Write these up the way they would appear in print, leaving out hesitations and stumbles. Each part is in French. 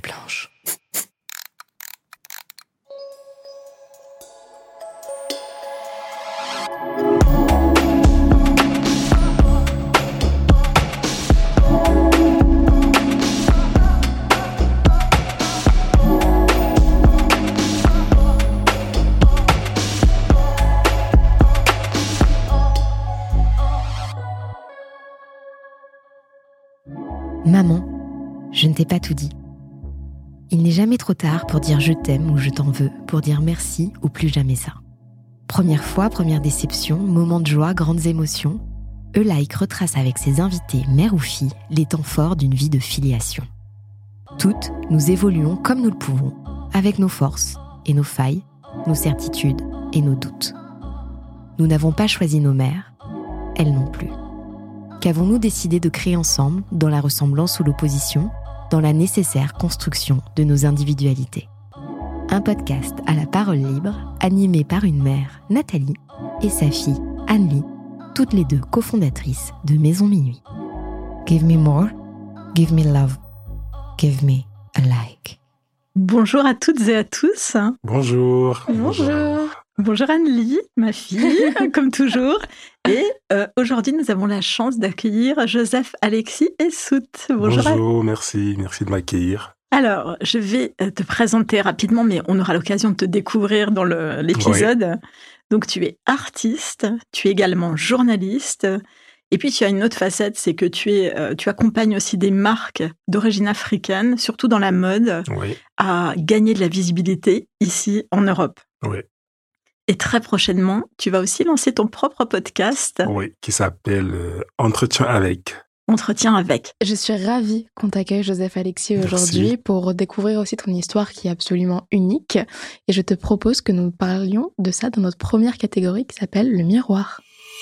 blanche. Maman, je ne t'ai pas tout dit. Il n'est jamais trop tard pour dire je t'aime ou je t'en veux, pour dire merci ou plus jamais ça. Première fois, première déception, moment de joie, grandes émotions, Eulaïque retrace avec ses invités, mère ou fille, les temps forts d'une vie de filiation. Toutes, nous évoluons comme nous le pouvons, avec nos forces et nos failles, nos certitudes et nos doutes. Nous n'avons pas choisi nos mères, elles non plus. Qu'avons-nous décidé de créer ensemble, dans la ressemblance ou l'opposition, dans la nécessaire construction de nos individualités? Un podcast à la parole libre, animé par une mère, Nathalie, et sa fille, Anne-Lie, toutes les deux cofondatrices de Maison Minuit. Give me more, give me love, give me a like. Bonjour à toutes et à tous. Bonjour. Bonjour. Bonjour Anne-Lie, ma fille, comme toujours. Et aujourd'hui, nous avons la chance d'accueillir Joseph Alexis Essout. Bonjour, merci de m'accueillir. Alors, je vais te présenter rapidement, mais on aura l'occasion de te découvrir dans l'épisode. Oui. Donc, tu es artiste, tu es également journaliste, et puis tu as une autre facette, c'est que tu accompagnes aussi des marques d'origine africaine, surtout dans la mode, oui, à gagner de la visibilité ici en Europe. Oui. Et très prochainement, tu vas aussi lancer ton propre podcast. Oui, qui s'appelle Entretien avec. Entretien avec. Je suis ravie qu'on t'accueille, Joseph Alexis, aujourd'hui pour découvrir aussi ton histoire qui est absolument unique. Et je te propose que nous parlions de ça dans notre première catégorie qui s'appelle le miroir.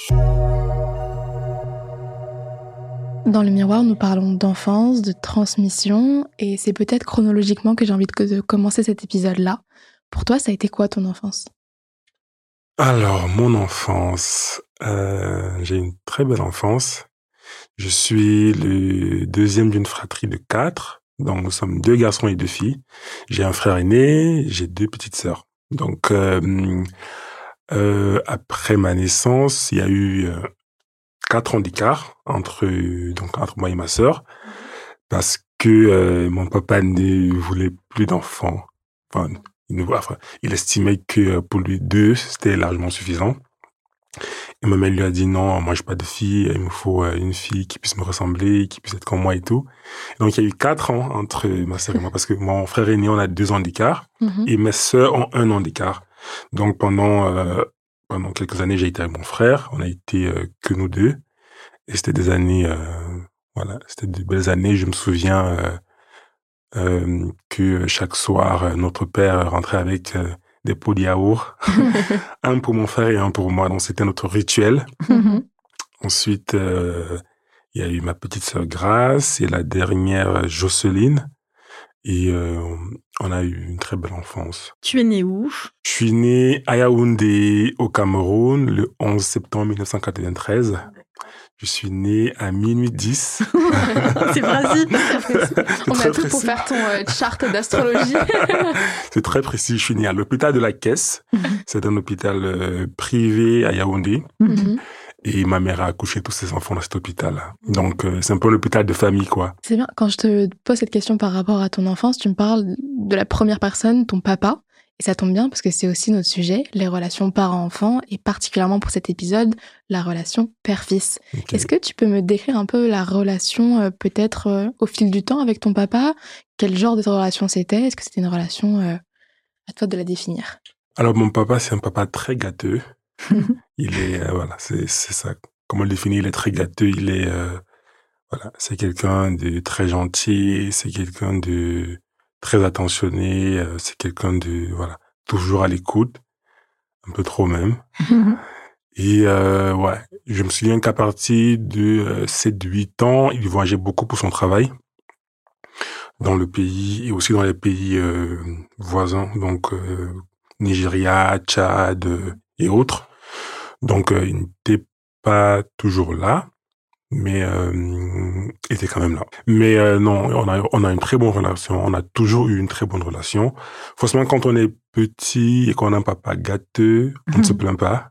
Dans le miroir, nous parlons d'enfance, de transmission, et c'est peut-être chronologiquement que j'ai envie de commencer cet épisode-là. Pour toi, ça a été quoi ton enfance ? Alors, mon enfance, j'ai une très belle enfance. Je suis le deuxième d'une fratrie de 4. Donc, nous sommes 2 garçons et 2 filles. J'ai un frère aîné, j'ai 2 petites sœurs. Donc, après ma naissance, il y a eu 4 ans d'écart entre moi et ma sœur, parce que mon papa ne voulait plus d'enfants. Il estimait que pour lui 2, c'était largement suffisant. Et ma mère lui a dit non, moi j'ai pas de fille, il me faut une fille qui puisse me ressembler, qui puisse être comme moi et tout. Et donc il y a eu 4 ans entre ma sœur et moi, parce que mon frère aîné, on a 2 ans d'écart, et mes sœurs ont 1 an d'écart. Donc pendant quelques années, j'ai été avec mon frère, on a été que nous 2. Et c'était des années, c'était de belles années. Je me souviens que chaque soir, notre père rentrait avec des pots de yaourt, un pour mon frère et un pour moi. Donc, c'était notre rituel. Ensuite, il y a eu ma petite sœur Grace et la dernière Jocelyne. Et on a eu une très belle enfance. Tu es né où ? Je suis né à Yaoundé, au Cameroun, le 11 septembre 1993. Je suis né à minuit 10. C'est précis. On a tout pour faire ton charte d'astrologie. C'est très précis. Je suis né à l'hôpital de la Caisse. C'est un hôpital privé à Yaoundé. Et ma mère a accouché tous ses enfants dans cet hôpital. Donc, c'est un peu l'hôpital de famille, quoi. C'est bien. Quand je te pose cette question par rapport à ton enfance, tu me parles de la première personne, ton papa. Et ça tombe bien parce que c'est aussi notre sujet, les relations parents-enfants, et particulièrement pour cet épisode, la relation père-fils. Okay. Est-ce que tu peux me décrire un peu la relation, peut-être au fil du temps avec ton papa ? Quel genre de relation c'était ? Est-ce que c'était une relation à toi de la définir ? Alors, mon papa, c'est un papa très gâteux. Il est, c'est ça. Comment le définir ? Il est très gâteux. Il est, c'est quelqu'un de très gentil. C'est quelqu'un de très attentionné, c'est quelqu'un de, toujours à l'écoute, un peu trop même. Et je me souviens qu'à partir de 7-8 ans, il voyageait beaucoup pour son travail dans le pays et aussi dans les pays voisins, donc Nigeria, Tchad et autres. Donc, il n'était pas toujours là. mais il était quand même là. Mais non, on a une très bonne relation. On a toujours eu une très bonne relation. Forcément, quand on est petit et qu'on a un papa gâteux, on ne se plaint pas.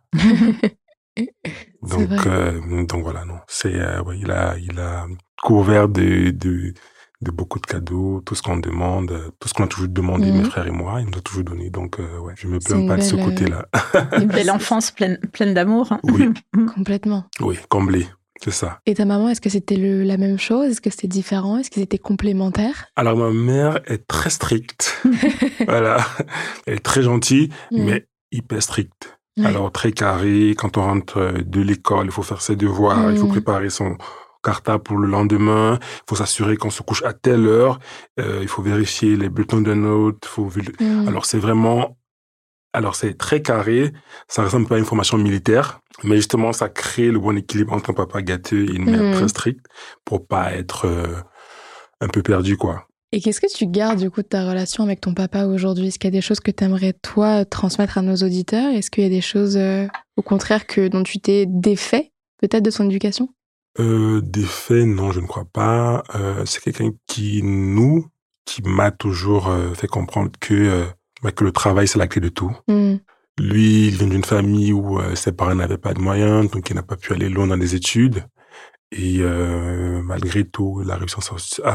Donc voilà, non. Ouais, il a couvert de beaucoup de cadeaux, tout ce qu'on demande, tout ce qu'on a toujours demandé, mes frères et moi, il nous a toujours donné. Donc ouais, je me plains pas de ce côté-là. Une belle enfance pleine d'amour. Oui. Complètement. Oui, comblé. C'est ça. Et ta maman, est-ce que c'était la même chose? Est-ce que c'était différent? Est-ce qu'ils étaient complémentaires? Alors, ma mère est très stricte. Voilà. Elle est très gentille, mais hyper stricte. Ouais. Alors, très carrée. Quand on rentre de l'école, il faut faire ses devoirs, il faut préparer son cartable pour le lendemain. Il faut s'assurer qu'on se couche à telle heure. Il faut vérifier les bulletins de notes. Alors, c'est vraiment... Alors, c'est très carré, ça ressemble pas à une formation militaire, mais justement, ça crée le bon équilibre entre un papa gâteux et une mère très stricte pour pas être un peu perdu, quoi. Et qu'est-ce que tu gardes, du coup, de ta relation avec ton papa aujourd'hui? Est-ce qu'il y a des choses que tu aimerais, toi, transmettre à nos auditeurs? Est-ce qu'il y a des choses, au contraire, dont tu t'es défait, peut-être, de son éducation? Défait, non, je ne crois pas. C'est quelqu'un qui m'a toujours fait comprendre que le travail, c'est la clé de tout. Lui, il vient d'une famille où ses parents n'avaient pas de moyens, donc il n'a pas pu aller loin dans les études. Et malgré tout, il a réussi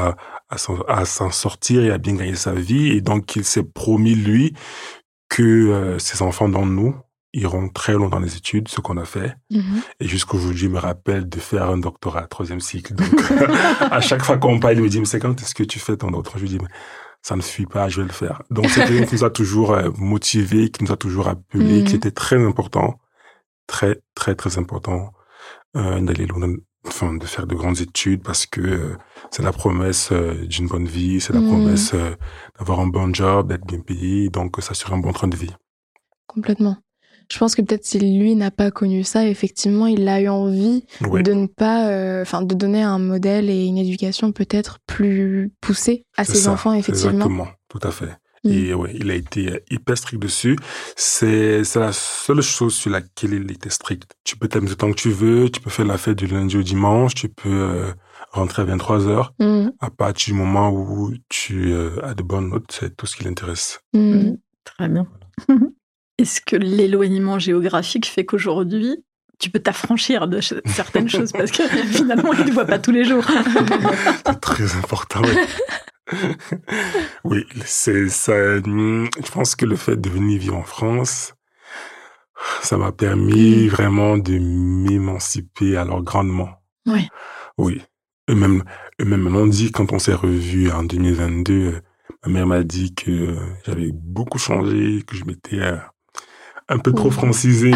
à s'en sortir et à bien gagner sa vie. Et donc, il s'est promis, lui, que ses enfants, dont nous, iront très loin dans les études, ce qu'on a fait. Et jusqu'aujourd'hui, il me rappelle de faire un doctorat, 3e cycle. Donc, à chaque fois qu'on parle, il me dit, mais c'est quand est-ce que tu fais ton doctorat? Je lui dis, mais ça ne suit pas, je vais le faire. Donc, c'est quelqu'un qui nous a toujours motivés, qui nous a toujours appelés, qui était très important, très, très, très important d'aller loin, de faire de grandes études parce que c'est la promesse d'une bonne vie, c'est la promesse d'avoir un bon job, d'être bien payé, donc s'assurer un bon train de vie. Complètement. Je pense que peut-être si lui n'a pas connu ça, effectivement, il a eu envie de ne pas, de donner un modèle et une éducation peut-être plus poussée à ses enfants, effectivement. Exactement, tout à fait. Et ouais, il a été hyper strict dessus. C'est la seule chose sur laquelle il était strict. Tu peux t'amuser tant que tu veux, tu peux faire la fête du lundi au dimanche, tu peux rentrer à 23h. À partir du moment où tu as de bonnes notes, c'est tout ce qui l'intéresse. Très bien. Est-ce que l'éloignement géographique fait qu'aujourd'hui, tu peux t'affranchir de certaines choses parce que finalement, tu ne te vois pas tous les jours? C'est très important, oui. Oui, c'est ça. Je pense que le fait de venir vivre en France, ça m'a permis vraiment de m'émanciper alors grandement. Oui. Oui. Et même on dit, quand on s'est revus en 2022, ma mère m'a dit que j'avais beaucoup changé, que je m'étais un peu trop francisé.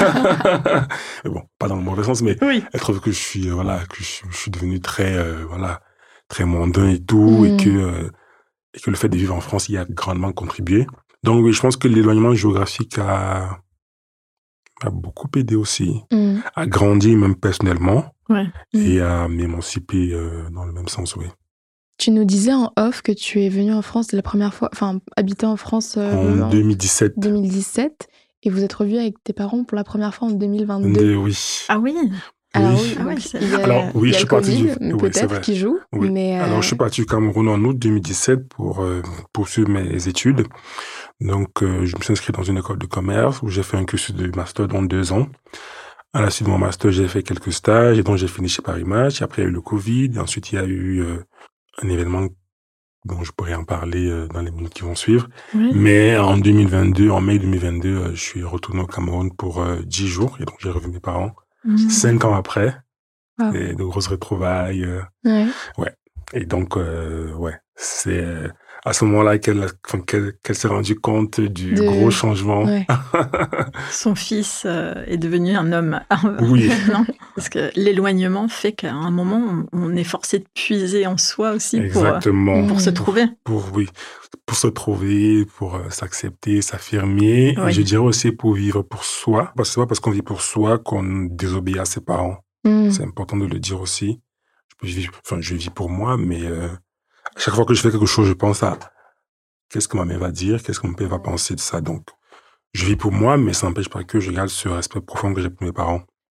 Mais bon, pas dans le mauvais sens, mais elle trouve que je suis devenu très très mondain et tout, et que le fait de vivre en France y a grandement contribué. Donc oui, je pense que l'éloignement géographique a beaucoup aidé aussi, à grandir même personnellement, et à m'émanciper dans le même sens, oui. Tu nous disais en off que tu es venu en France la première fois, habiter en France en 2017. 2017, et vous êtes revu avec tes parents pour la première fois en 2022. Oui. Ah oui. Alors oui, je suis parti peut-être qui joue. Oui. Mais Alors je suis parti au Cameroun en août 2017 pour poursuivre mes études. Donc je me suis inscrit dans une école de commerce où j'ai fait un cursus de master dans 2 ans. À la suite de mon master, j'ai fait quelques stages et donc j'ai fini chez Paris Match. Après il y a eu le Covid, et ensuite il y a eu un événement dont je pourrais en parler dans les minutes qui vont suivre. Mais en mai 2022, je suis retourné au Cameroun pour 10 jours et donc j'ai revu mes parents. 5 ans après, et de grosses retrouvailles. Ouais. Et donc, c'est à ce moment-là qu'elle s'est rendue compte du gros changement. Son fils est devenu un homme. Oui. Non, parce que l'éloignement fait qu'à un moment, on est forcé de puiser en soi aussi pour se trouver. Pour se trouver, pour s'accepter, s'affirmer. Et je dirais aussi pour vivre pour soi. Parce que c'est pas parce qu'on vit pour soi qu'on désobéit à ses parents. C'est important de le dire aussi. Je vis pour moi, mais à chaque fois que je fais quelque chose, je pense à qu'est-ce que ma mère va dire, qu'est-ce que mon père va penser de ça. Donc, je vis pour moi, mais ça n'empêche pas que je garde ce respect profond que j'ai pour mes parents.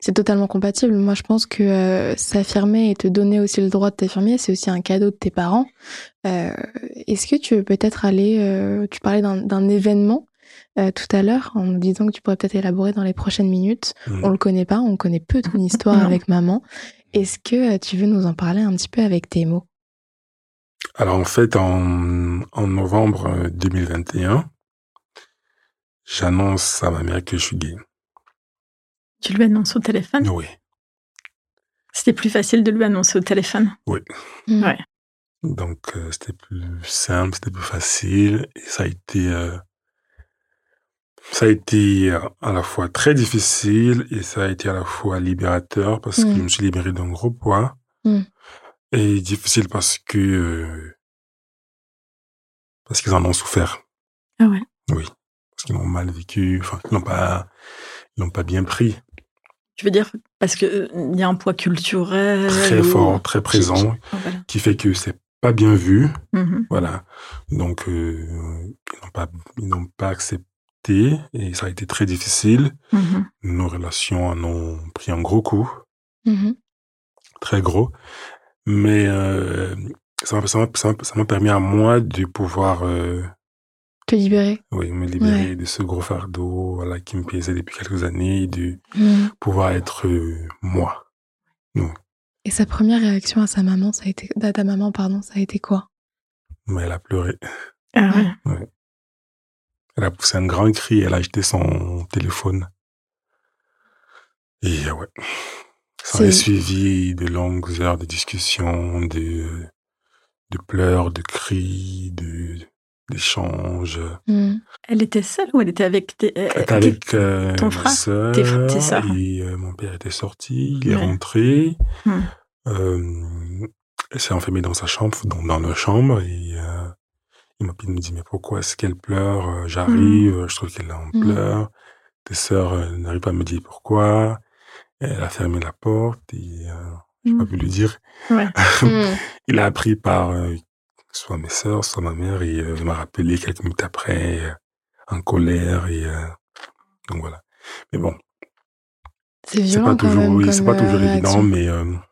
C'est totalement compatible. Moi, je pense que s'affirmer et te donner aussi le droit de t'affirmer, c'est aussi un cadeau de tes parents. Est-ce que tu veux peut-être aller... tu parlais d'un événement tout à l'heure, en nous disant que tu pourrais peut-être élaborer dans les prochaines minutes. On le connaît pas, on connaît peu ton histoire avec maman. Est-ce que tu veux nous en parler un petit peu avec tes mots? Alors en fait, en novembre 2021, j'annonce à ma mère que je suis gay. Tu lui annonces au téléphone? Oui. C'était plus facile de lui annoncer au téléphone? Oui. Ouais. Donc c'était plus simple, c'était plus facile, et ça a été à la fois très difficile et ça a été à la fois libérateur parce que je me suis libéré d'un gros poids. Et difficile parce qu'ils en ont souffert. Ah ouais? Oui. Parce qu'ils l'ont mal vécu, enfin, ils l'ont pas bien pris. Tu veux dire parce que il y a un poids culturel très fort, très présent, qui fait que c'est pas bien vu. Voilà. Donc, ils n'ont pas accepté et ça a été très difficile. Nos relations en ont pris un gros coup. Très gros. Mais ça m'a permis à moi de pouvoir... te libérer. Oui, me libérer de ce gros fardeau qui me pesait depuis quelques années, de pouvoir être moi. Et sa première réaction à ta maman, ça a été quoi? Mais elle a pleuré. Ah ouais? Ouais. Elle a poussé un grand cri, elle a jeté son téléphone. Et ouais. Ça a suivi de longues heures de discussion, de pleurs, de cris, d'échanges. Elle était seule ou elle était avec ton frère, soeur, tes sœurs? Et mon père était sorti, il est rentré. Elle s'est enfermée dans sa chambre, dans leur chambre, et il me dit, mais pourquoi est-ce qu'elle pleure? J'arrive, je trouve qu'elle est en pleurs. Tes sœurs n'arrivent pas à me dire pourquoi. Elle a fermé la porte et j'ai pas pu lui dire. Ouais. Il a appris par soit mes sœurs, soit ma mère, et il m'a rappelé quelques minutes après, en colère, et donc voilà. Mais bon, c'est pas toujours réaction. évident, mais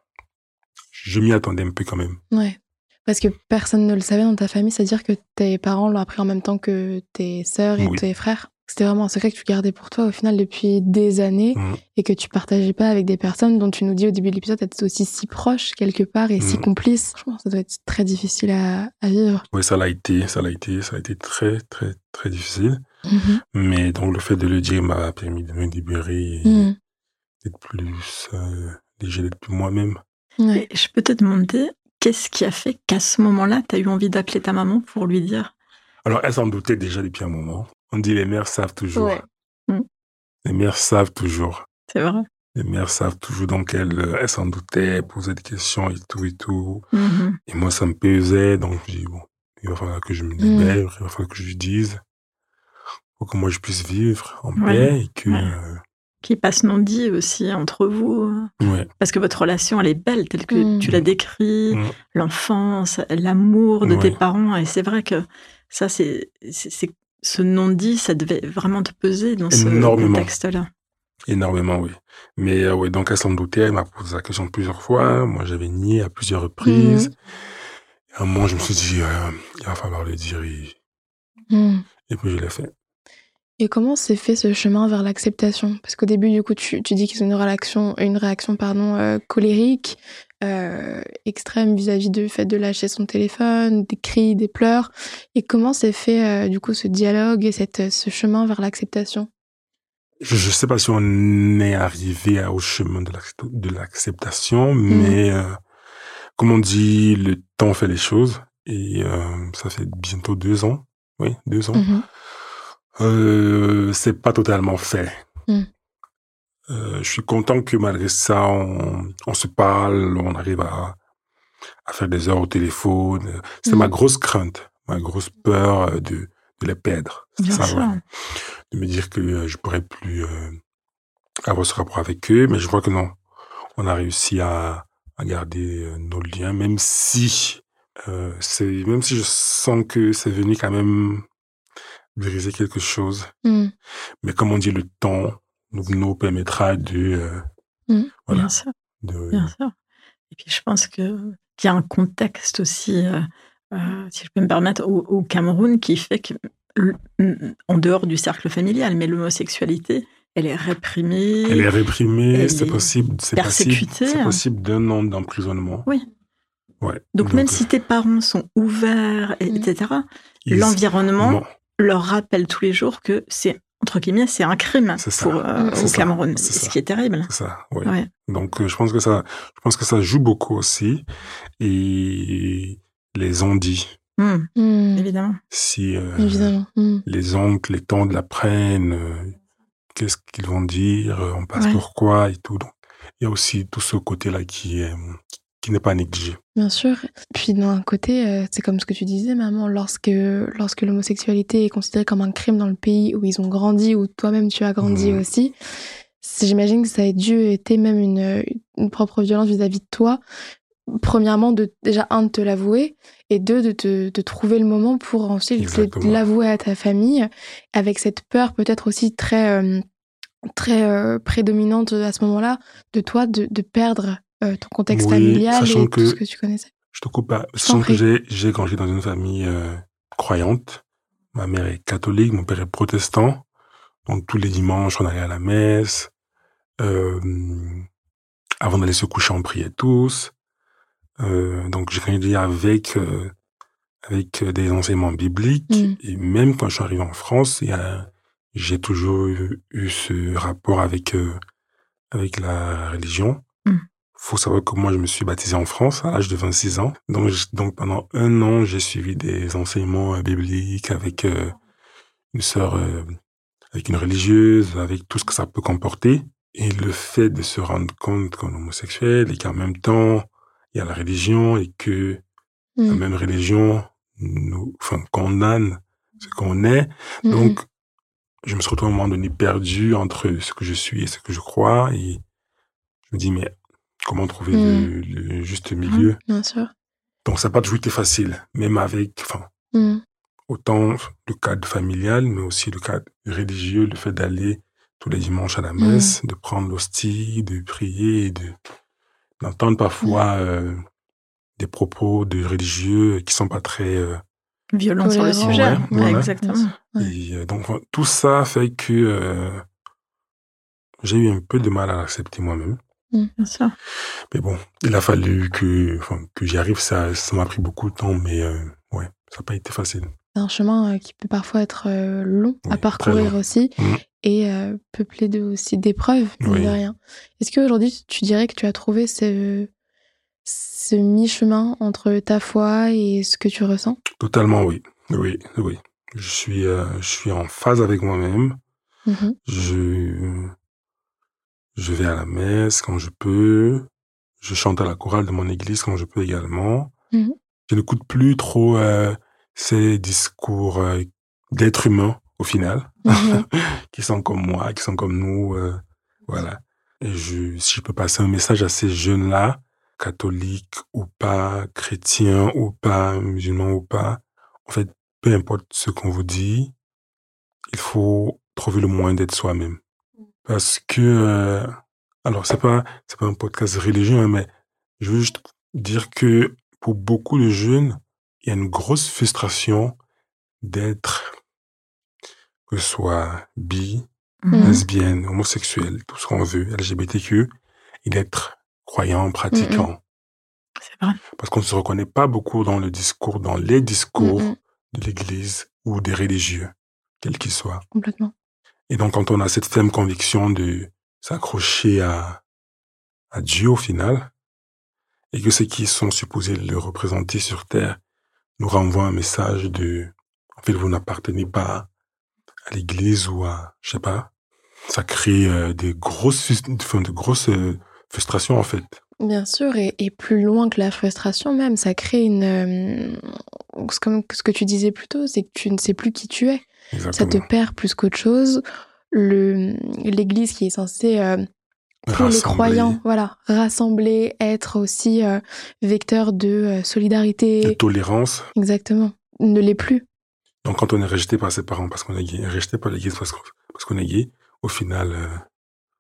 je m'y attendais un peu quand même. Ouais. Parce que personne ne le savait dans ta famille, c'est-à-dire que tes parents l'ont appris en même temps que tes sœurs et tes frères. C'était vraiment un secret que tu gardais pour toi au final depuis des années et que tu partageais pas avec des personnes dont tu nous dis au début de l'épisode d'être aussi si proche quelque part et si complice. Franchement, ça doit être très difficile à vivre. Oui, ça l'a été très, très, très difficile. Mais donc le fait de le dire m'a permis de me libérer et d'être plus léger, d'être plus moi-même. Ouais. Et je peux te demander, qu'est-ce qui a fait qu'à ce moment-là, tu as eu envie d'appeler ta maman pour lui dire? Alors, elle s'en doutait déjà depuis un moment. On dit les mères savent toujours. Ouais. Les mères savent toujours. C'est vrai. Les mères savent toujours. Donc, elle s'en doutait, elle posait des questions et tout. Et moi, ça me pesait. Donc, je dis, bon, il va falloir que je me libère, il va falloir que je lui dise pour que moi, je puisse vivre en paix et que... Qu'il passe non-dit aussi entre vous. Ouais. Parce que votre relation, elle est belle, telle que tu l'as décrit, l'enfance, l'amour de tes parents. Et c'est vrai que ça, c'est ce non-dit, ça devait vraiment te peser dans ce contexte-là. Énormément, oui. Mais donc elle s'en doutait, elle m'a posé la question plusieurs fois. Moi, j'avais nié à plusieurs reprises. Et à un moment, je me suis dit, il va falloir le dire. Et puis, je l'ai fait. Et comment s'est fait ce chemin vers l'acceptation? Parce qu'au début, du coup, tu dis qu'ils ont une réaction colérique, extrême vis-à-vis du fait de lâcher son téléphone, des cris, des pleurs. Et comment s'est fait, du coup, ce dialogue et ce chemin vers l'acceptation? Je sais pas si on est arrivé au chemin de l'acceptation, mais comme on dit, le temps fait les choses. Et ça fait bientôt 2 ans. Oui, 2 ans. C'est pas totalement fait. Je suis content que malgré ça, on se parle, on arrive à faire des heures au téléphone. C'est ma grosse crainte, ma grosse peur de les perdre. Bien ça, sûr. ouais. De me dire que je pourrais plus avoir ce rapport avec eux, mais je vois que non. On a réussi à garder nos liens, même si je sens que c'est venu quand même briser quelque chose. Mais comme on dit, le temps nous permettra de Voilà. Bien sûr. Bien sûr. Et puis je pense qu'il y a un contexte aussi, si je peux me permettre, au Cameroun qui fait que, en dehors du cercle familial, mais l'homosexualité, elle est réprimée. Elle est réprimée, c'est persécutée. possible d'1 an d'emprisonnement. Oui. Ouais. Donc même si tes parents sont ouverts, etc., l'environnement leur rappelle tous les jours que c'est, entre guillemets, c'est un crime au Cameroun, ce qui est terrible. C'est ça, oui. Ouais. Donc je pense que ça joue beaucoup aussi. Et les on-dit. Évidemment. Si les oncles, les tantes l'apprennent, qu'est-ce qu'ils vont dire, on passe pourquoi et tout. Donc il y a aussi tout ce côté-là qui n'est pas négligé. Bien sûr. Puis d'un côté, c'est comme ce que tu disais, maman, lorsque l'homosexualité est considérée comme un crime dans le pays où ils ont grandi, où toi-même tu as grandi aussi, j'imagine que ça a dû être même une propre violence vis-à-vis de toi. Premièrement, de te l'avouer, et 2, de trouver le moment pour ensuite l'avouer à ta famille, avec cette peur peut-être aussi très prédominante à ce moment-là, de toi, de perdre ton contexte familial et tout ce que tu connaissais. Je te coupe pas. Sachant que j'ai grandi dans une famille croyante. Ma mère est catholique, mon père est protestant. Donc tous les dimanches, on allait à la messe. Avant d'aller se coucher, on priait tous. Donc j'ai grandi avec des enseignements bibliques. Et même quand je suis arrivé en France, j'ai toujours eu ce rapport avec la religion. Faut savoir que moi, je me suis baptisé en France à l'âge de 26 ans. Donc pendant 1 an, j'ai suivi des enseignements bibliques avec une sœur, avec une religieuse, avec tout ce que ça peut comporter. Et le fait de se rendre compte qu'on est homosexuel et qu'en même temps, il y a la religion et que la même religion nous condamne ce qu'on est. Donc, je me suis retrouvé à un moment donné perdu entre ce que je suis et ce que je crois. Et je me dis, mais comment trouver le juste milieu? Bien sûr. Donc, ça n'a pas toujours été facile, même avec, autant le cadre familial, mais aussi le cadre religieux, le fait d'aller tous les dimanches à la messe, de prendre l'hostie, de prier et d'entendre parfois des propos de religieux qui sont pas très violents sur le sujet. Voilà. Exactement. Et donc tout ça fait que j'ai eu un peu de mal à l'accepter moi-même. Bien sûr. Mais bon, il a fallu que j'y arrive. Ça m'a pris beaucoup de temps, mais ça n'a pas été facile. C'est un chemin qui peut parfois être long à parcourir aussi, et peuplé aussi d'épreuves, mine de rien. Est-ce qu'aujourd'hui, tu dirais que tu as trouvé ce mi-chemin entre ta foi et ce que tu ressens? Totalement, oui. Oui. Je suis en phase avec moi-même. Je vais à la messe quand je peux. Je chante à la chorale de mon église quand je peux également. Je n'écoute plus trop ces discours d'êtres humains, au final, qui sont comme moi, qui sont comme nous. Voilà. Et si je peux passer un message à ces jeunes-là, catholiques ou pas, chrétiens ou pas, musulmans ou pas, en fait, peu importe ce qu'on vous dit, il faut trouver le moyen d'être soi-même. Parce que, alors c'est pas un podcast religieux, mais je veux juste dire que pour beaucoup de jeunes, il y a une grosse frustration d'être, que ce soit bi, lesbienne, homosexuel, tout ce qu'on veut, LGBTQ, et d'être croyant, pratiquant. C'est vrai. Parce qu'on ne se reconnaît pas beaucoup dans les discours de l'Église ou des religieux, quels qu'ils soient. Complètement. Et donc, quand on a cette ferme conviction de s'accrocher à Dieu au final, et que ceux qui sont supposés le représenter sur Terre nous renvoient un message en fait, vous n'appartenez pas à l'Église ou à, je sais pas, ça crée de grosses frustrations, en fait. Bien sûr, et plus loin que la frustration même, ça crée comme ce que tu disais plus tôt, c'est que tu ne sais plus qui tu es. Exactement. Ça te perd plus qu'autre chose. L'Église qui est censée, pour les croyants, rassembler, être aussi vecteur de solidarité. De tolérance. Exactement. Ne l'est plus. Donc quand on est rejeté par ses parents parce qu'on est gay, rejeté par l'Église parce qu'on est gay, au final,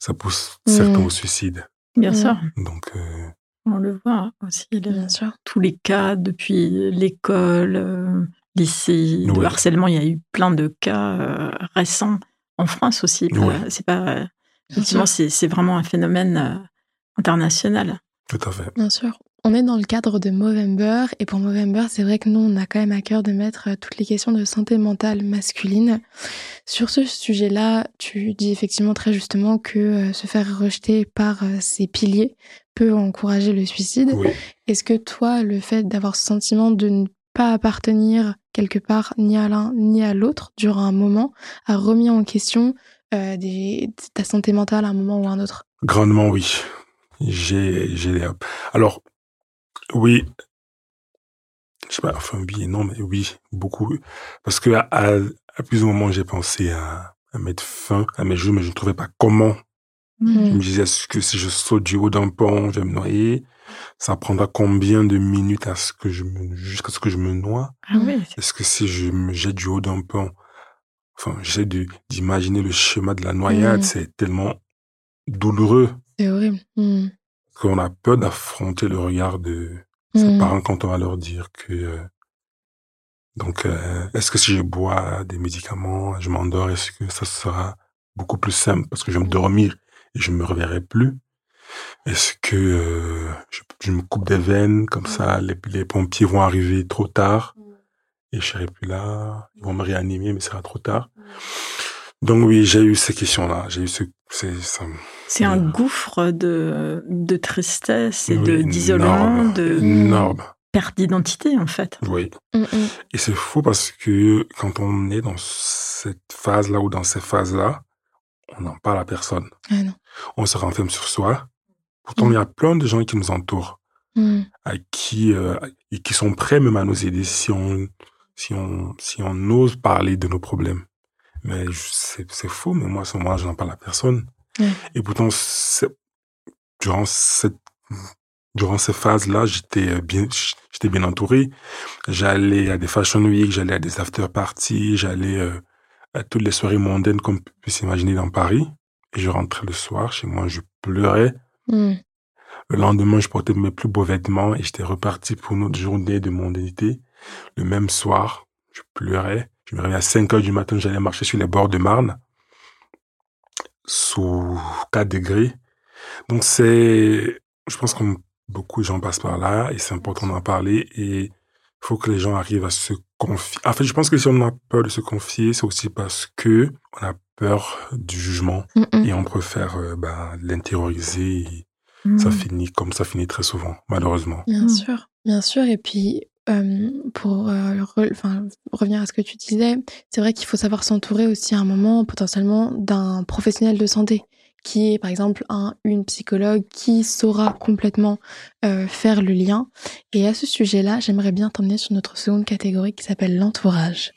ça pousse certains au suicide. Bien sûr. Donc, on le voit aussi, Bien sûr. tous les cas depuis l'école, lycée, de harcèlement. Il y a eu plein de cas récents en France aussi. C'est pas, effectivement, c'est vraiment un phénomène international. Tout à fait. Bien sûr. On est dans le cadre de Movember, et pour Movember, c'est vrai que nous, on a quand même à cœur de mettre toutes les questions de santé mentale masculine. Sur ce sujet-là, tu dis effectivement très justement que se faire rejeter par ses piliers peut encourager le suicide. Oui. Est-ce que toi, le fait d'avoir ce sentiment de ne pas appartenir quelque part ni à l'un ni à l'autre durant un moment a remis en question ta santé mentale à un moment ou à un autre? Grandement, oui. Alors, oui, je sais pas, enfin oui et non, mais oui, beaucoup. Parce que à plusieurs moments, j'ai pensé à mettre fin à mes jours, mais je ne trouvais pas comment. Je me disais, est-ce que si je saute du haut d'un pont, je vais me noyer? Ça prendra combien de minutes jusqu'à ce que je me noie? Ah oui. Est-ce que si je me jette du haut d'un pont, enfin, j'essaie d'imaginer le schéma de la noyade, c'est tellement douloureux. C'est horrible. Qu'on a peur d'affronter le regard de ses parents quand on va leur dire que donc est-ce que si je bois des médicaments, je m'endors, est-ce que ça sera beaucoup plus simple parce que je vais me dormir et je me reverrai plus? Est-ce que je me coupe des veines comme ça, les pompiers vont arriver trop tard et je serai plus là, ils vont me réanimer mais ça sera trop tard. Donc oui, j'ai eu ces questions-là, c'est un gouffre de tristesse et d'isolement, de perte d'identité, en fait. Oui. Et c'est fou parce que quand on est dans cette phase-là ou dans ces phases-là, on n'en parle à personne. Ah non. On se renferme sur soi. Pourtant, il y a plein de gens qui nous entourent, et qui sont prêts même à nous aider si on ose parler de nos problèmes. Mais c'est faux, mais moi, à ce moment-là, je n'en parle à personne. Et pourtant, durant ces phases-là, j'étais bien entouré. J'allais à des fashion week, j'allais à des after parties, j'allais à toutes les soirées mondaines qu'on peut s'imaginer dans Paris. Et je rentrais le soir chez moi, je pleurais. Le lendemain, je portais mes plus beaux vêtements et j'étais reparti pour une autre journée de mondanité. Le même soir, je pleurais. Je me réveillais à 5h du matin, j'allais marcher sur les bords de Marne, sous 4 degrés. Donc je pense que beaucoup de gens passent par là et c'est important d'en parler et il faut que les gens arrivent à se confier. En fait, je pense que si on a peur de se confier, c'est aussi parce que on a peur du jugement et on préfère l'intérioriser et ça finit très souvent, malheureusement. Bien sûr. Et puis, pour revenir à ce que tu disais, c'est vrai qu'il faut savoir s'entourer aussi à un moment potentiellement d'un professionnel de santé qui est par exemple une psychologue qui saura complètement faire le lien. Et à ce sujet-là, j'aimerais bien t'emmener sur notre seconde catégorie qui s'appelle l'entourage.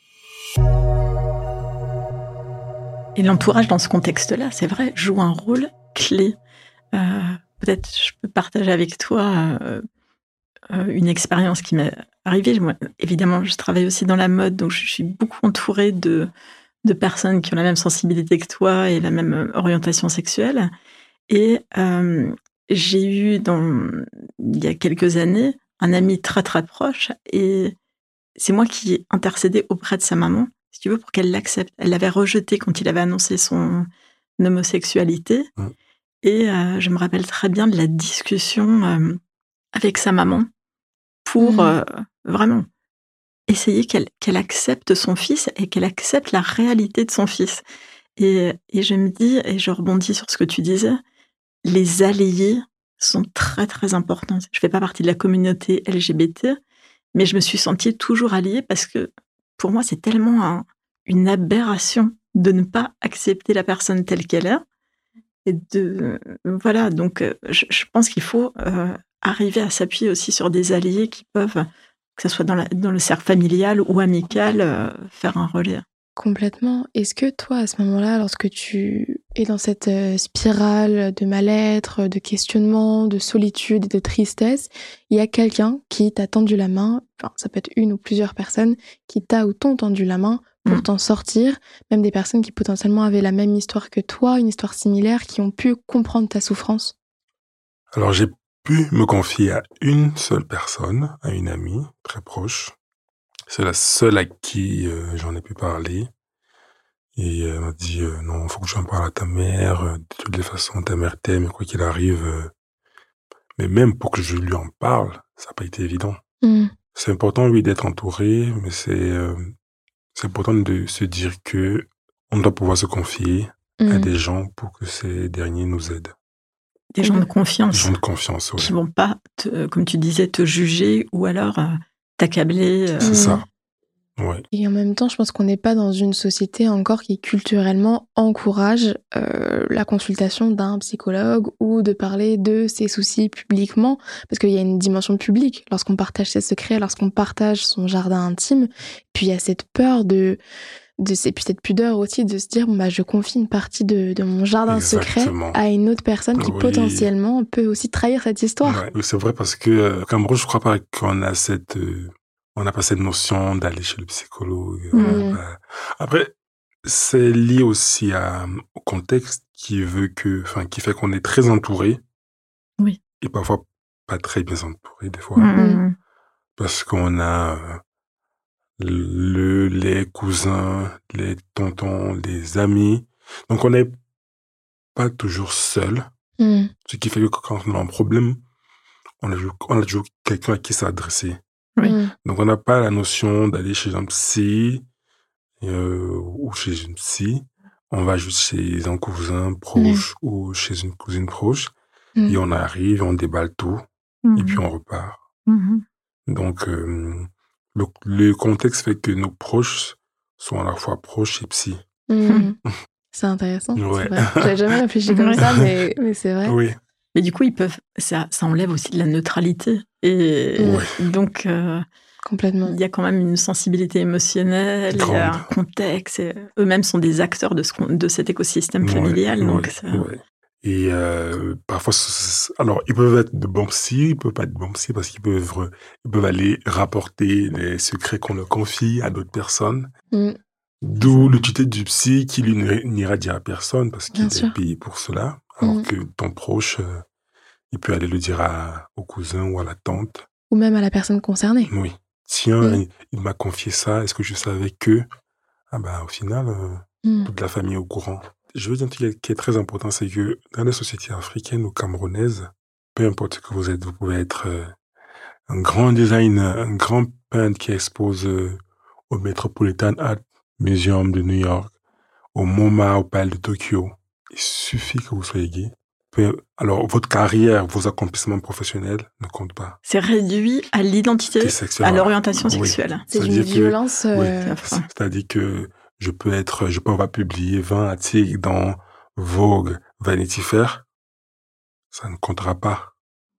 Et l'entourage dans ce contexte-là, c'est vrai, joue un rôle clé. Peut-être je peux partager avec toi une expérience qui m'est arrivée. Moi, évidemment, je travaille aussi dans la mode, donc je suis beaucoup entourée de personnes qui ont la même sensibilité que toi et la même orientation sexuelle. Et j'ai eu, il y a quelques années, un ami très très proche, et c'est moi qui ai intercédé auprès de sa maman, si tu veux, pour qu'elle l'accepte. Elle l'avait rejeté quand il avait annoncé son homosexualité. Et je me rappelle très bien de la discussion avec sa maman pour vraiment essayer qu'elle accepte son fils et qu'elle accepte la réalité de son fils. Et je me dis, et je rebondis sur ce que tu disais, les alliés sont très très importants. Je fais pas partie de la communauté LGBT, mais je me suis sentie toujours alliée parce que pour moi c'est tellement une aberration de ne pas accepter la personne telle qu'elle est. Et voilà, donc je pense qu'il faut arriver à s'appuyer aussi sur des alliés qui peuvent, que ce soit dans le cercle familial ou amical, faire un relais. Complètement. Est-ce que toi, à ce moment-là, lorsque tu es dans cette spirale de mal-être, de questionnement, de solitude et de tristesse, il y a quelqu'un qui t'a tendu la main, enfin, ça peut être une ou plusieurs personnes, qui t'a ou t'ont tendu la main pour t'en sortir, même des personnes qui potentiellement avaient la même histoire que toi, une histoire similaire, qui ont pu comprendre ta souffrance? Alors, j'ai pu me confier à une seule personne, à une amie très proche. C'est la seule à qui j'en ai pu parler. Et elle m'a dit, non, faut que tu en parles à ta mère. De toutes les façons, ta mère t'aime, quoi qu'il arrive. Mais même pour que je lui en parle, ça n'a pas été évident. C'est important, oui, d'être entouré, mais c'est important de se dire que on doit pouvoir se confier à des gens pour que ces derniers nous aident. Des gens de confiance. Des gens de confiance, oui. Qui vont pas, comme tu disais, te juger ou alors t'accabler. C'est ça. Ouais. Et en même temps, je pense qu'on n'est pas dans une société encore qui culturellement encourage la consultation d'un psychologue ou de parler de ses soucis publiquement, parce qu'il y a une dimension publique lorsqu'on partage ses secrets, lorsqu'on partage son jardin intime. Puis il y a cette peur puis cette pudeur aussi de se dire bon, bah, je confie une partie de mon jardin secret à une autre personne qui potentiellement peut aussi trahir cette histoire. Ouais, c'est vrai parce que au Cameroun, je crois pas qu'on a on n'a pas cette notion d'aller chez le psychologue. Après, c'est lié aussi au contexte qui fait qu'on est très entouré. Oui. Et parfois pas très bien entouré, des fois. Parce qu'on a les cousins, les tontons, les amis. Donc, on n'est pas toujours seul. Ce qui fait que quand on a un problème, on a toujours quelqu'un à qui s'adresser. Oui. Donc, on n'a pas la notion d'aller chez un psy ou chez une psy. On va juste chez un cousin proche ou chez une cousine proche. Et on arrive, on déballe tout. Et puis, on repart. Donc, le contexte fait que nos proches sont à la fois proches et psy. C'est intéressant. Ouais. J'avais jamais réfléchi comme ça, mais c'est vrai. Oui. Mais du coup, ça enlève aussi de la neutralité. Et donc, complètement. Il y a quand même une sensibilité émotionnelle, il y a un contexte. Et eux-mêmes sont des acteurs de cet écosystème familial. Donc Et parfois, alors, ils peuvent être de bons psy, ils peuvent pas être de bons psy parce qu'ils peuvent aller rapporter les secrets qu'on leur confie à d'autres personnes. D'où le tuteur du psy qui lui n'ira dire à personne parce qu'il est payé pour cela. Alors que ton proche, il peut aller le dire au cousin ou à la tante. Ou même à la personne concernée. Oui. Tiens, il m'a confié ça, est-ce que je savais que... Ah ben, au final, toute la famille est au courant. Je veux dire un truc qui est très important, c'est que dans les sociétés africaines ou camerounaises, peu importe ce que vous êtes, vous pouvez être un grand designer, un grand peintre qui expose au Metropolitan Art Museum de New York, au MoMA, au Palais de Tokyo. Il suffit que vous soyez gay. Alors, votre carrière, vos accomplissements professionnels ne comptent pas. C'est réduit à l'identité, à l'orientation sexuelle. C'est une violence. C'est-à-dire que je peux avoir publié 20 articles dans Vogue, Vanity Fair. Ça ne comptera pas.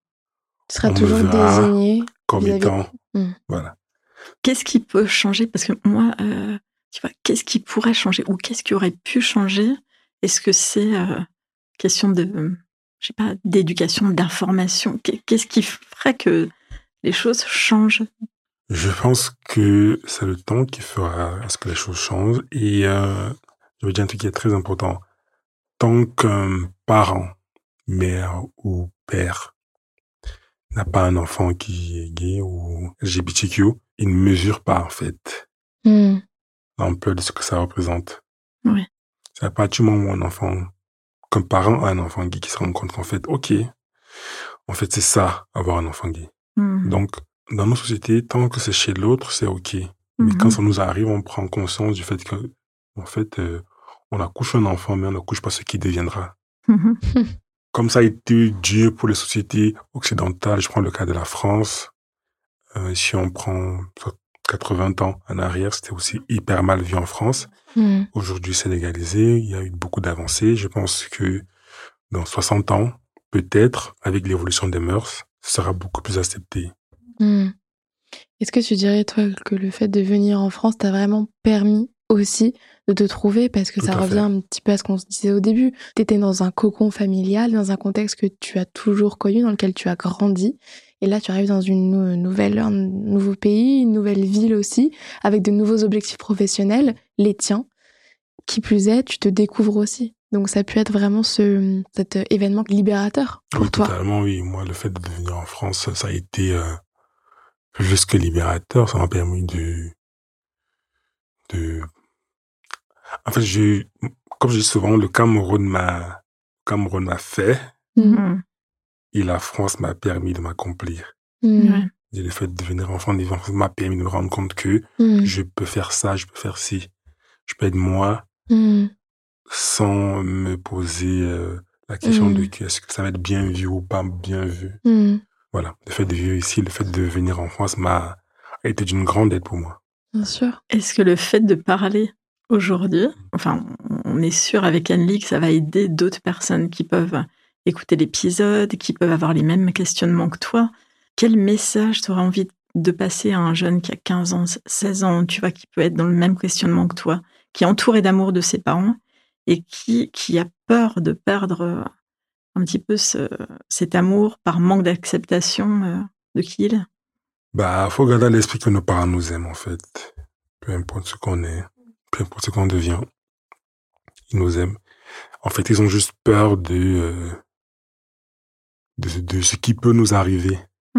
Tu seras toujours désigné comme étant. Voilà. Qu'est-ce qui peut changer? Parce que moi, tu vois, qu'est-ce qui pourrait changer? Ou qu'est-ce qui aurait pu changer? Est-ce que c'est question de, je sais pas, d'éducation, d'information? Qu'est-ce qui ferait que les choses changent? Je pense que c'est le temps qui fera à ce que les choses changent. Et je veux dire un truc qui est très important. Tant qu'un parent, mère ou père n'a pas un enfant qui est gay ou LGBTQ, il ne mesure pas, en fait, l'ampleur de ce que ça représente. Oui. C'est à partir du moment où un enfant, qu'un parent a un enfant gay, qui se rend compte qu'en fait, en fait, c'est ça, avoir un enfant gay. Donc, dans nos sociétés, tant que c'est chez l'autre, c'est OK. Mais quand ça nous arrive, on prend conscience du fait que, en fait, on accouche un enfant, mais on n'accouche pas ce qui deviendra. Comme ça a été dur pour les sociétés occidentales, je prends le cas de la France. Si on prend 80 ans en arrière, c'était aussi hyper mal vu en France. Aujourd'hui, c'est légalisé. Il y a eu beaucoup d'avancées. Je pense que dans 60 ans, peut-être, avec l'évolution des mœurs, ce sera beaucoup plus accepté. Est-ce que tu dirais, toi, que le fait de venir en France t'a vraiment permis aussi de te trouver, parce que Tout ça à revient fait. un petit peu à ce qu'on se disait au début. Tu étais dans un cocon familial, dans un contexte que tu as toujours connu, dans lequel tu as grandi. Et là, tu arrives dans un nouveau pays, une nouvelle ville aussi, avec de nouveaux objectifs professionnels, les tiens. Qui plus est, tu te découvres aussi. Donc ça a pu être vraiment cet événement libérateur pour Oui, toi. totalement, oui. Moi, le fait de venir en France, ça a été plus que libérateur. Ça m'a permis de... En fait, comme je dis souvent, le Cameroun m'a fait Mhm. et la France m'a permis de m'accomplir. Ouais. Et le fait de venir en France m'a permis de me rendre compte que je peux faire ça, je peux faire ci. Je peux être moi sans me poser la question de est-ce que ça va être bien vu ou pas bien vu. Voilà. Le fait de vivre ici, le fait de venir en France a été d'une grande aide pour moi. Bien sûr. Est-ce que le fait de parler aujourd'hui, enfin, on est sûr avec Anne-Lie que ça va aider d'autres personnes qui peuvent écouter l'épisode, qui peuvent avoir les mêmes questionnements que toi. Quel message tu auras envie de passer à un jeune qui a 15 ans, 16 ans, tu vois, qui peut être dans le même questionnement que toi, qui est entouré d'amour de ses parents et qui a peur de perdre un petit peu cet amour par manque d'acceptation de qui il est? Bah, faut garder à l'esprit que nos parents nous aiment, en fait. Peu importe ce qu'on est, peu importe ce qu'on devient, ils nous aiment. En fait, ils ont juste peur de ce qui peut nous arriver.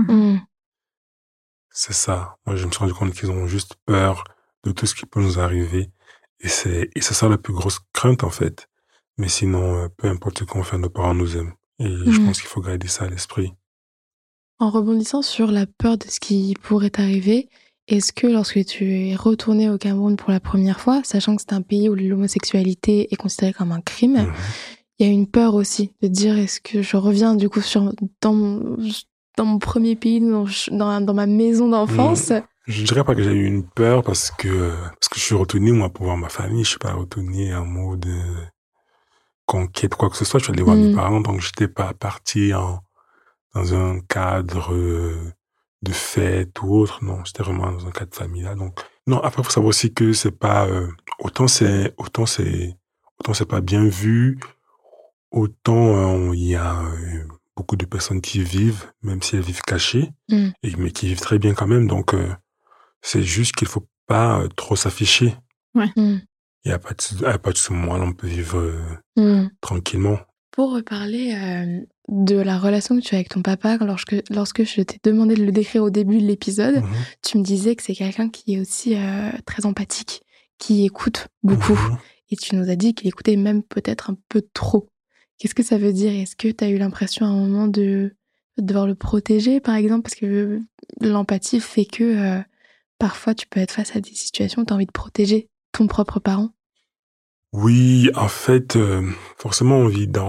C'est ça. Moi, je me suis rendu compte qu'ils ont juste peur de tout ce qui peut nous arriver. Et c'est ça la plus grosse crainte, en fait. Mais sinon, peu importe ce qu'on fait, nos parents nous aiment. Et je pense qu'il faut garder ça à l'esprit. En rebondissant sur la peur de ce qui pourrait t'arriver, est-ce que lorsque tu es retourné au Cameroun pour la première fois, sachant que c'est un pays où l'homosexualité est considérée comme un crime, il y a une peur aussi de dire est-ce que je reviens du coup dans mon premier pays, dans ma maison d'enfance? Je dirais pas que j'ai eu une peur parce que je suis retourné, moi, pour voir ma famille. Je suis pas retourné en mode conquête, quoi que ce soit. Je suis allé voir mes parents, donc j'étais pas parti dans un cadre de fête ou autre. Non, j'étais vraiment dans un cadre familial. Donc, non, après, faut savoir aussi que c'est pas, autant c'est pas bien vu, autant il y a beaucoup de personnes qui vivent, même si elles vivent cachées, mais qui vivent très bien quand même. Donc, c'est juste qu'il faut pas trop s'afficher. Ouais. Il y a pas de ce moment-là, on peut vivre tranquillement. Pour reparler de la relation que tu as avec ton papa, lorsque je t'ai demandé de le décrire au début de l'épisode, tu me disais que c'est quelqu'un qui est aussi très empathique, qui écoute beaucoup. Et tu nous as dit qu'il écoutait même peut-être un peu trop. Qu'est-ce que ça veut dire? Est-ce que tu as eu l'impression à un moment de devoir le protéger, par exemple? Parce que l'empathie fait que parfois tu peux être face à des situations où tu as envie de protéger ton propre parent. Oui, en fait, forcément,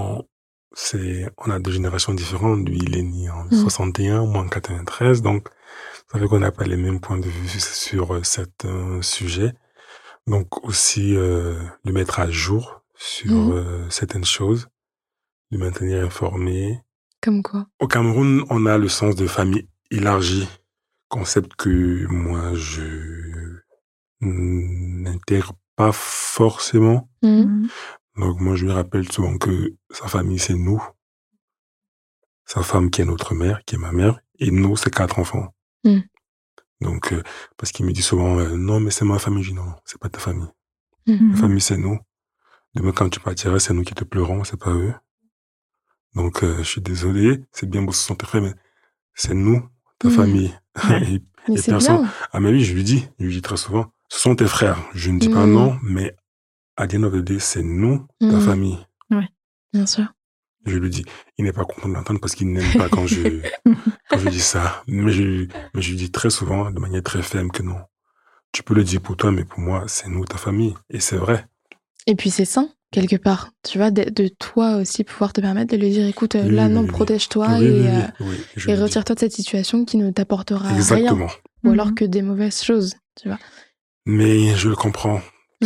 on a deux générations différentes. Lui, il est né en 61, moi en 93, donc ça fait qu'on n'a pas les mêmes points de vue sur certains sujets. Donc aussi, le mettre à jour sur certaines choses, le maintenir informé. Comme quoi? Au Cameroun, on a le sens de famille élargi, concept que moi, je n'intègre pas forcément. Donc moi, je lui rappelle souvent que sa famille, c'est nous. Sa femme qui est notre mère, qui est ma mère, et nous, c'est 4 enfants. Donc, parce qu'il me dit souvent, non, mais c'est ma famille. Je dis non, c'est pas ta famille. La famille, c'est nous. Demain, quand tu partiras, c'est nous qui te pleurons, c'est pas eux. Donc, je suis désolé, c'est bien beau, ce sont tes frères, mais c'est nous, ta famille. Mais c'est personne... bien. Ah, mais oui, je lui dis très souvent, ce sont tes frères. Je ne dis pas non, mais à the end of the day, c'est nous, ta famille. Ouais, bien sûr. Je lui dis, il n'est pas content de l'entendre parce qu'il n'aime pas quand je dis ça. Mais je lui dis très souvent, de manière très ferme, que non. Tu peux le dire pour toi, mais pour moi, c'est nous, ta famille. Et c'est vrai. Et puis c'est sain, quelque part. Tu vois, de toi aussi pouvoir te permettre de lui dire, écoute, là, non, protège-toi et retire-toi de cette situation qui ne t'apportera rien. Ou alors que des mauvaises choses, tu vois. Mais je le comprends.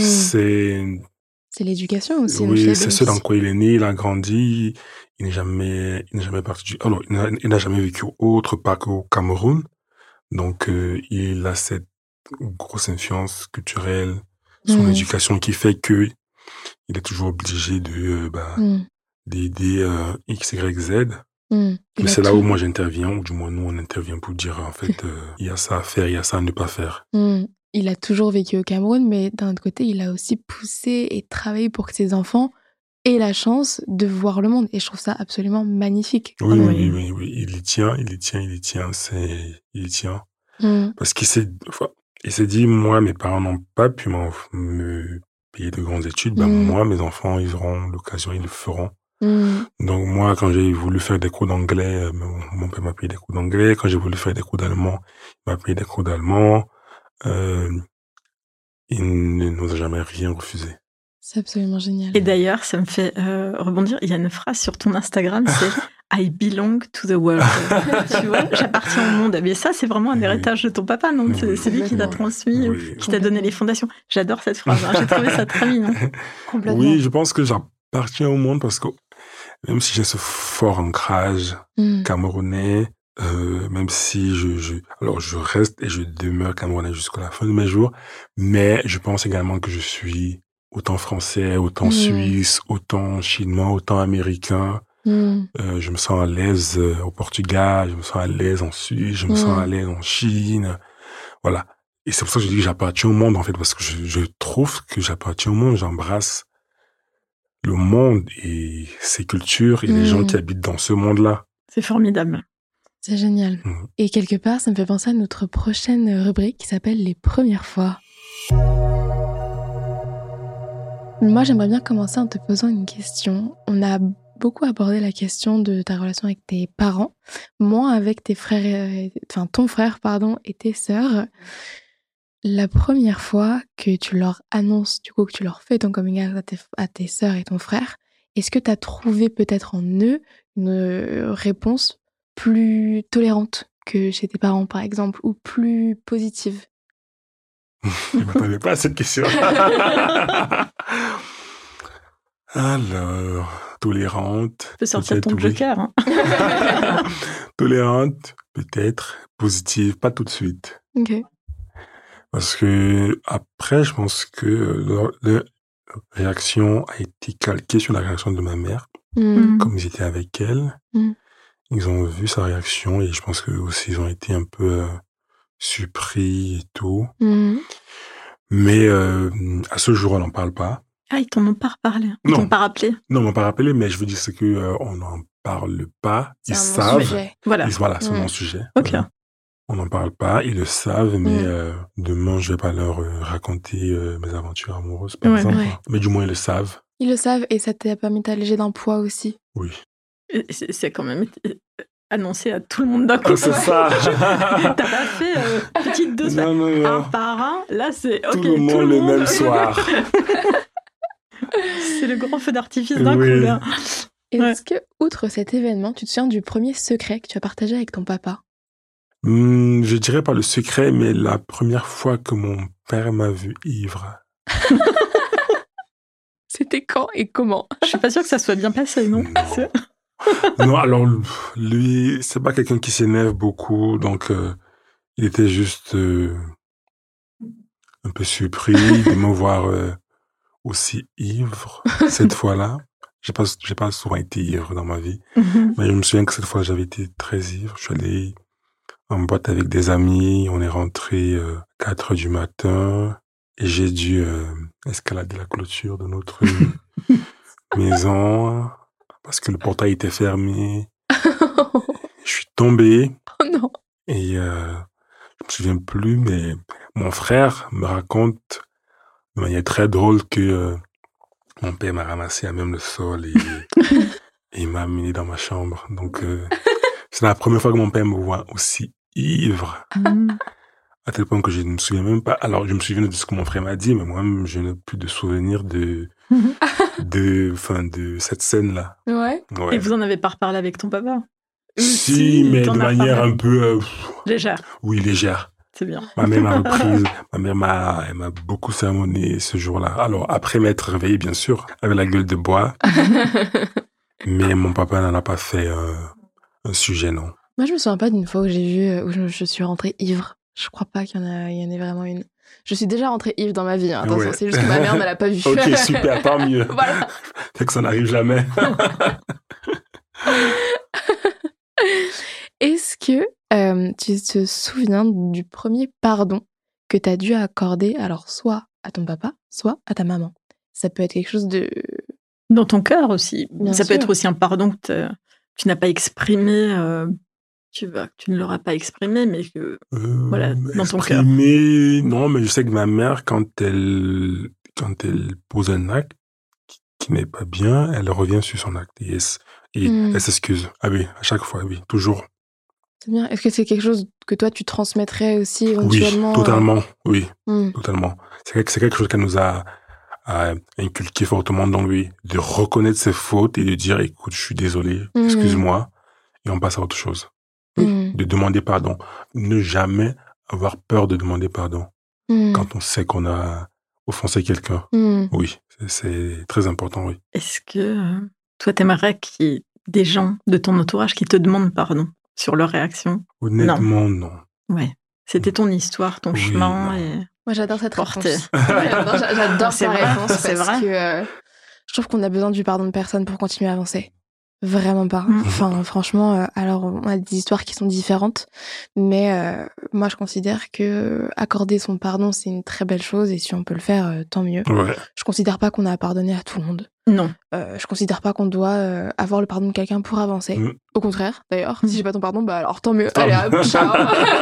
C'est l'éducation aussi. Oui, c'est ce dans quoi il est né, il a grandi. Il n'est jamais parti alors, il n'a jamais vécu autre part qu'au Cameroun. Donc, il a cette grosse influence culturelle, son éducation qui fait que il est toujours obligé d'aider X, Y, Z. Mais c'est là où moi j'interviens, ou du moins nous on intervient pour dire en fait il y a ça à faire, il y a ça à ne pas faire. Il a toujours vécu au Cameroun, mais d'un autre côté, il a aussi poussé et travaillé pour que ses enfants aient la chance de voir le monde. Et je trouve ça absolument magnifique. Oui, il y tient. Parce qu'il s'est dit, moi, mes parents n'ont pas pu me payer de grandes études. Moi, mes enfants, ils auront l'occasion, ils le feront. Donc moi, quand j'ai voulu faire des cours d'anglais, mon père m'a payé des cours d'anglais. Quand j'ai voulu faire des cours d'allemand, il m'a payé des cours d'allemand. Il ne nous a jamais rien refusé. C'est absolument génial. Et d'ailleurs, ça me fait rebondir. Il y a une phrase sur ton Instagram, c'est I belong to the world. Tu vois, j'appartiens au monde. Mais ça, c'est vraiment un héritage de ton papa, non? C'est lui qui t'a transmis, qui t'a donné les fondations. J'adore cette phrase. J'ai trouvé ça très mignon. Complètement. Oui, je pense que j'appartiens au monde parce que même si j'ai ce fort ancrage camerounais, même si je reste et je demeure camerounais jusqu'à la fin de mes jours, mais je pense également que je suis autant français, autant suisse, autant chinois, autant américain. Je me sens à l'aise au Portugal, je me sens à l'aise en Suisse, je me sens à l'aise en Chine. Voilà. Et c'est pour ça que je dis que j'appartiens au monde, en fait, parce que je trouve que j'appartiens au monde, j'embrasse le monde et ses cultures et les gens qui habitent dans ce monde-là. C'est formidable. C'est génial. Et quelque part, ça me fait penser à notre prochaine rubrique qui s'appelle Les premières fois. Moi, j'aimerais bien commencer en te posant une question. On a beaucoup abordé la question de ta relation avec tes parents, moins avec tes frères, ton frère, et tes sœurs. La première fois que tu leur annonces, du coup, que tu leur fais ton coming out à tes sœurs et ton frère, est-ce que tu as trouvé peut-être en eux une réponse plus tolérante que chez tes parents, par exemple, ou plus positive? Je ne m'attendais pas à cette question. Alors, tolérante. Tu peux sortir ton joker. Hein. Tolérante, peut-être. Positive, pas tout de suite. Ok. Parce que après, je pense que la réaction a été calquée sur la réaction de ma mère. Comme ils étaient avec elle, ils ont vu sa réaction et je pense que aussi ils ont été un peu surpris et tout. Mais à ce jour, on n'en parle pas. Ah, ils t'en ont pas reparlé. Ils t'ont pas rappelé. Non, ils m'ont pas rappelé, mais je veux dire c'est que on n'en parle pas. C'est ils un savent. Sujet. Voilà, c'est mon sujet. Ok. Voilà. On n'en parle pas, ils le savent, mais demain je vais pas leur raconter mes aventures amoureuses, par exemple. Ouais. Mais du moins ils le savent. Ils le savent et ça t'a permis d'alléger d'un poids aussi. Oui. C'est quand même annoncé à tout le monde d'un coup. C'est ça. T'as pas fait petite dose un par un. Là, c'est tout le monde le même soir. C'est le grand feu d'artifice d'un coup, là. Est-ce que, outre cet événement, tu te souviens du premier secret que tu as partagé avec ton papa? Je dirais pas le secret, mais la première fois que mon père m'a vu ivre. C'était quand et comment? Je suis pas sûre que ça soit bien passé, non? Non, alors lui, c'est pas quelqu'un qui s'énerve beaucoup, donc il était juste un peu surpris de me voir aussi ivre cette fois-là. J'ai pas souvent été ivre dans ma vie, mais je me souviens que cette fois j'avais été très ivre. Je suis allé en boîte avec des amis, on est rentré 4 heures du matin et j'ai dû escalader la clôture de notre maison parce que le portail était fermé. Je suis tombé. Oh non. Et je me souviens plus, mais mon frère me raconte de manière très drôle que mon père m'a ramassé à même le sol et il m'a amené dans ma chambre. Donc c'est la première fois que mon père me voit aussi ivre. À tel point que je ne me souviens même pas. Alors, je me souviens de ce que mon frère m'a dit, mais moi-même, je n'ai plus de souvenir de cette scène-là. Ouais. Et vous en avez pas reparlé avec ton papa? Si, mais de manière un peu... légère. Oui, légère. C'est bien. Ma mère m'a reprise. Ma mère elle m'a beaucoup sermonné ce jour-là. Alors, après m'être réveillé, bien sûr, avec la gueule de bois. Mais mon papa n'en a pas fait un sujet, non. Moi, je me souviens pas d'une fois où je suis rentrée ivre. Je crois pas qu'il y en ait vraiment une. Je suis déjà rentrée Yves dans ma vie, hein. Attention, Ouais. c'est juste que ma mère ne l'a pas vu. Ok, super, tant mieux. Voilà. Fait que ça n'arrive jamais. Est-ce que tu te souviens du premier pardon que tu as dû accorder, alors soit à ton papa, soit à ta maman? Ça peut être quelque chose de... Dans ton cœur aussi. Bien Ça peut sûr. être aussi un pardon que tu n'as pas exprimé, tu ne l'auras pas exprimé, mais que voilà, dans ton cœur. Exprimer, non, mais je sais que ma mère, quand elle pose un acte qui n'est pas bien, elle revient sur son acte et elle s'excuse. Ah oui, à chaque fois, oui, toujours. C'est bien. Est-ce que c'est quelque chose que toi, tu transmettrais aussi Oui, éventuellement totalement, oui, Hmm. totalement. C'est quelque chose qu'elle nous a inculqué fortement dans lui, de reconnaître ses fautes et de dire, écoute, je suis désolé, excuse-moi, et on passe à autre chose. Hmm. De demander pardon. Ne jamais avoir peur de demander pardon Hmm. quand on sait qu'on a offensé quelqu'un. Hmm. Oui, c'est très important, oui. Est-ce que toi, t'aimerais qu'il y ait des gens de ton entourage qui te demandent pardon sur leur réaction? Honnêtement, non. Ouais. C'était ton histoire, ton Oui, chemin. non. Et... Moi, j'adore cette Porter. réponse. J'adore C'est ta vrai, réponse c'est parce vrai. que je trouve qu'on a besoin du pardon de personne pour continuer à avancer. Vraiment pas. Enfin, franchement, alors on a des histoires qui sont différentes, mais moi je considère que accorder son pardon c'est une très belle chose et si on peut le faire, tant mieux. Ouais. Je considère pas qu'on a à pardonner à tout le monde. Non. Je considère pas qu'on doit avoir le pardon de quelqu'un pour avancer. Mm. Au contraire, d'ailleurs, si j'ai pas ton pardon, bah alors tant mieux. Tant Allez, mieux. hop, ciao.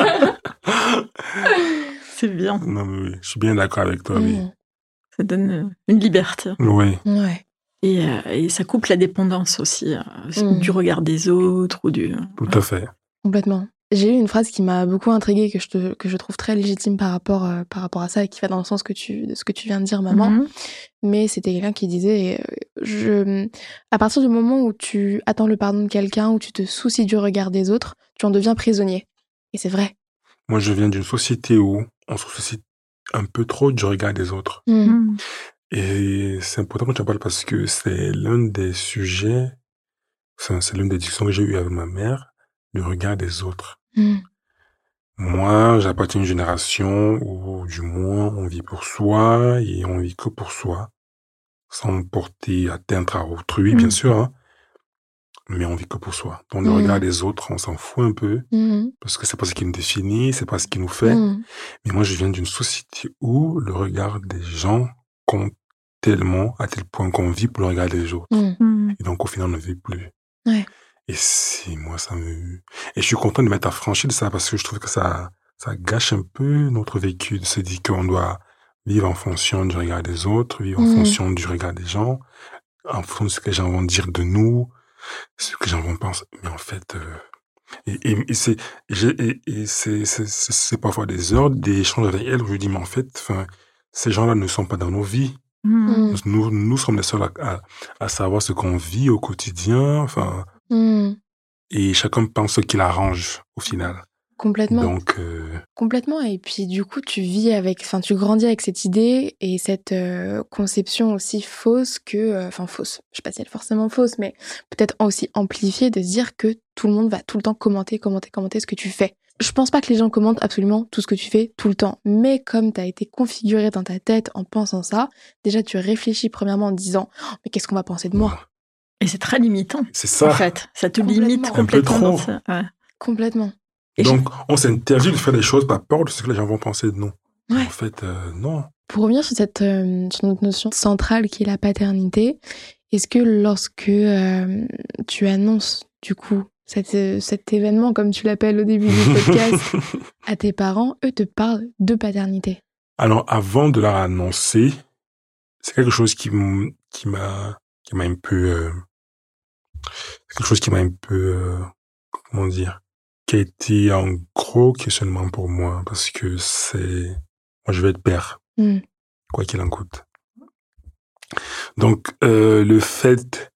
C'est bien. Non, mais oui, je suis bien d'accord avec toi, oui. Ça donne une liberté. Oui. Ouais. Et ça coupe la dépendance aussi du regard des autres ou du... Tout à fait. Complètement. J'ai eu une phrase qui m'a beaucoup intriguée, que je trouve très légitime par rapport à ça et qui va dans le sens de ce que tu viens de dire, maman. Mhm. Mais c'était quelqu'un qui disait à partir du moment où tu attends le pardon de quelqu'un, où tu te soucies du regard des autres, tu en deviens prisonnier. Et c'est vrai. Moi, je viens d'une société où on se soucie un peu trop du regard des autres. Mhm. Et c'est important que tu en parles parce que c'est l'un des sujets, enfin, c'est l'une des discussions que j'ai eues avec ma mère, le regard des autres. Moi, j'appartiens à une génération où, du moins, on vit pour soi et on vit que pour soi, sans porter atteinte à autrui, bien sûr, hein, mais on vit que pour soi. Donc, le regard des autres, on s'en fout un peu, parce que c'est pas ce qui nous définit, c'est pas ce qui nous fait. Mais moi, je viens d'une société où le regard des gens compte tellement, à tel point qu'on vit pour le regard des autres. Et donc, au final, on ne vit plus. Ouais. Et si, moi, ça me... Et je suis content de m'être affranchi de ça parce que je trouve que ça gâche un peu notre vécu de se dire qu'on doit vivre en fonction du regard des autres, vivre en fonction du regard des gens, en fonction de ce que les gens vont dire de nous, ce que les gens vont penser. Mais en fait, c'est parfois des heures, des échanges avec elles où je dis, mais en fait, ces gens-là ne sont pas dans nos vies. Nous sommes les seuls à savoir ce qu'on vit au quotidien, et chacun pense ce qu'il arrange au final. Complètement. Donc, Complètement. Et puis, du coup, tu grandis avec cette idée et cette conception aussi fausse fausse. Je sais pas si elle est forcément fausse, mais peut-être aussi amplifiée de se dire que tout le monde va tout le temps commenter ce que tu fais. Je pense pas que les gens commentent absolument tout ce que tu fais tout le temps. Mais comme t'as été configuré dans ta tête en pensant ça, déjà, tu réfléchis premièrement en disant, oh, mais qu'est-ce qu'on va penser de moi? Et c'est très limitant. C'est ça. En fait, ça te limite complètement. Un peu trop. Dans ça. Ouais. Complètement. Et donc, on s'interdit de faire des choses par peur de ce que les gens vont penser de nous. Ouais. En fait, non. Pour revenir sur sur notre notion centrale qui est la paternité, est-ce que lorsque tu annonces du coup cet événement, comme tu l'appelles au début du podcast, à tes parents, eux te parlent de paternité? Alors, avant de leur annoncer, c'est quelque chose qui m'a un peu, comment dire, qui a été un gros questionnement pour moi, parce que moi je vais être père, quoi qu'il en coûte. Donc, le fait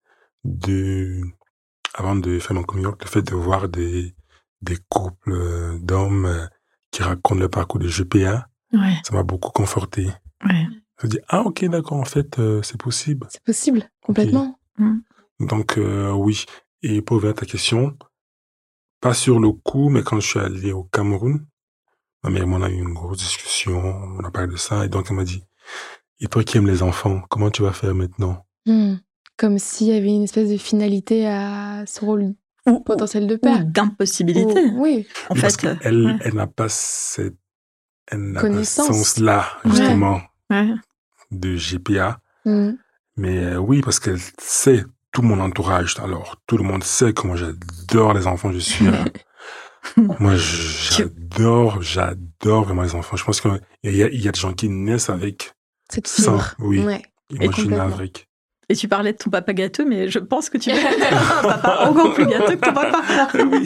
avant de faire mon coming out, le fait de voir des couples d'hommes qui racontent le parcours de GPA, ça m'a beaucoup conforté. Ouais. Je me dis, ah ok, d'accord, en fait, c'est possible. C'est possible, complètement. Okay. Donc, oui. Et pour revenir à ta question, pas sur le coup, mais quand je suis allé au Cameroun, Ma mère et moi, on a eu une grosse discussion, on a parlé de ça, et donc elle m'a dit, et toi qui aimes les enfants, comment tu vas faire maintenant? Comme s'il y avait une espèce de finalité à ce rôle potentiel de Ou père. d'impossibilité. Oui. En Parce fait, qu'elle elle n'a pas cette Connaissance. sens-là, Ouais. justement, ouais. de GPA. Mm. Mais oui, parce qu'elle sait tout mon entourage. Alors, tout le monde sait que moi, j'adore les enfants. Je suis... moi, j'adore vraiment les enfants. Je pense qu'il y a des gens qui naissent avec Cette ça. fibre. Oui. Ouais. Et moi, je suis né complètement. avec. Et tu parlais de ton papa gâteux, mais je pense que tu es un papa encore plus gâteux que ton papa. Oui.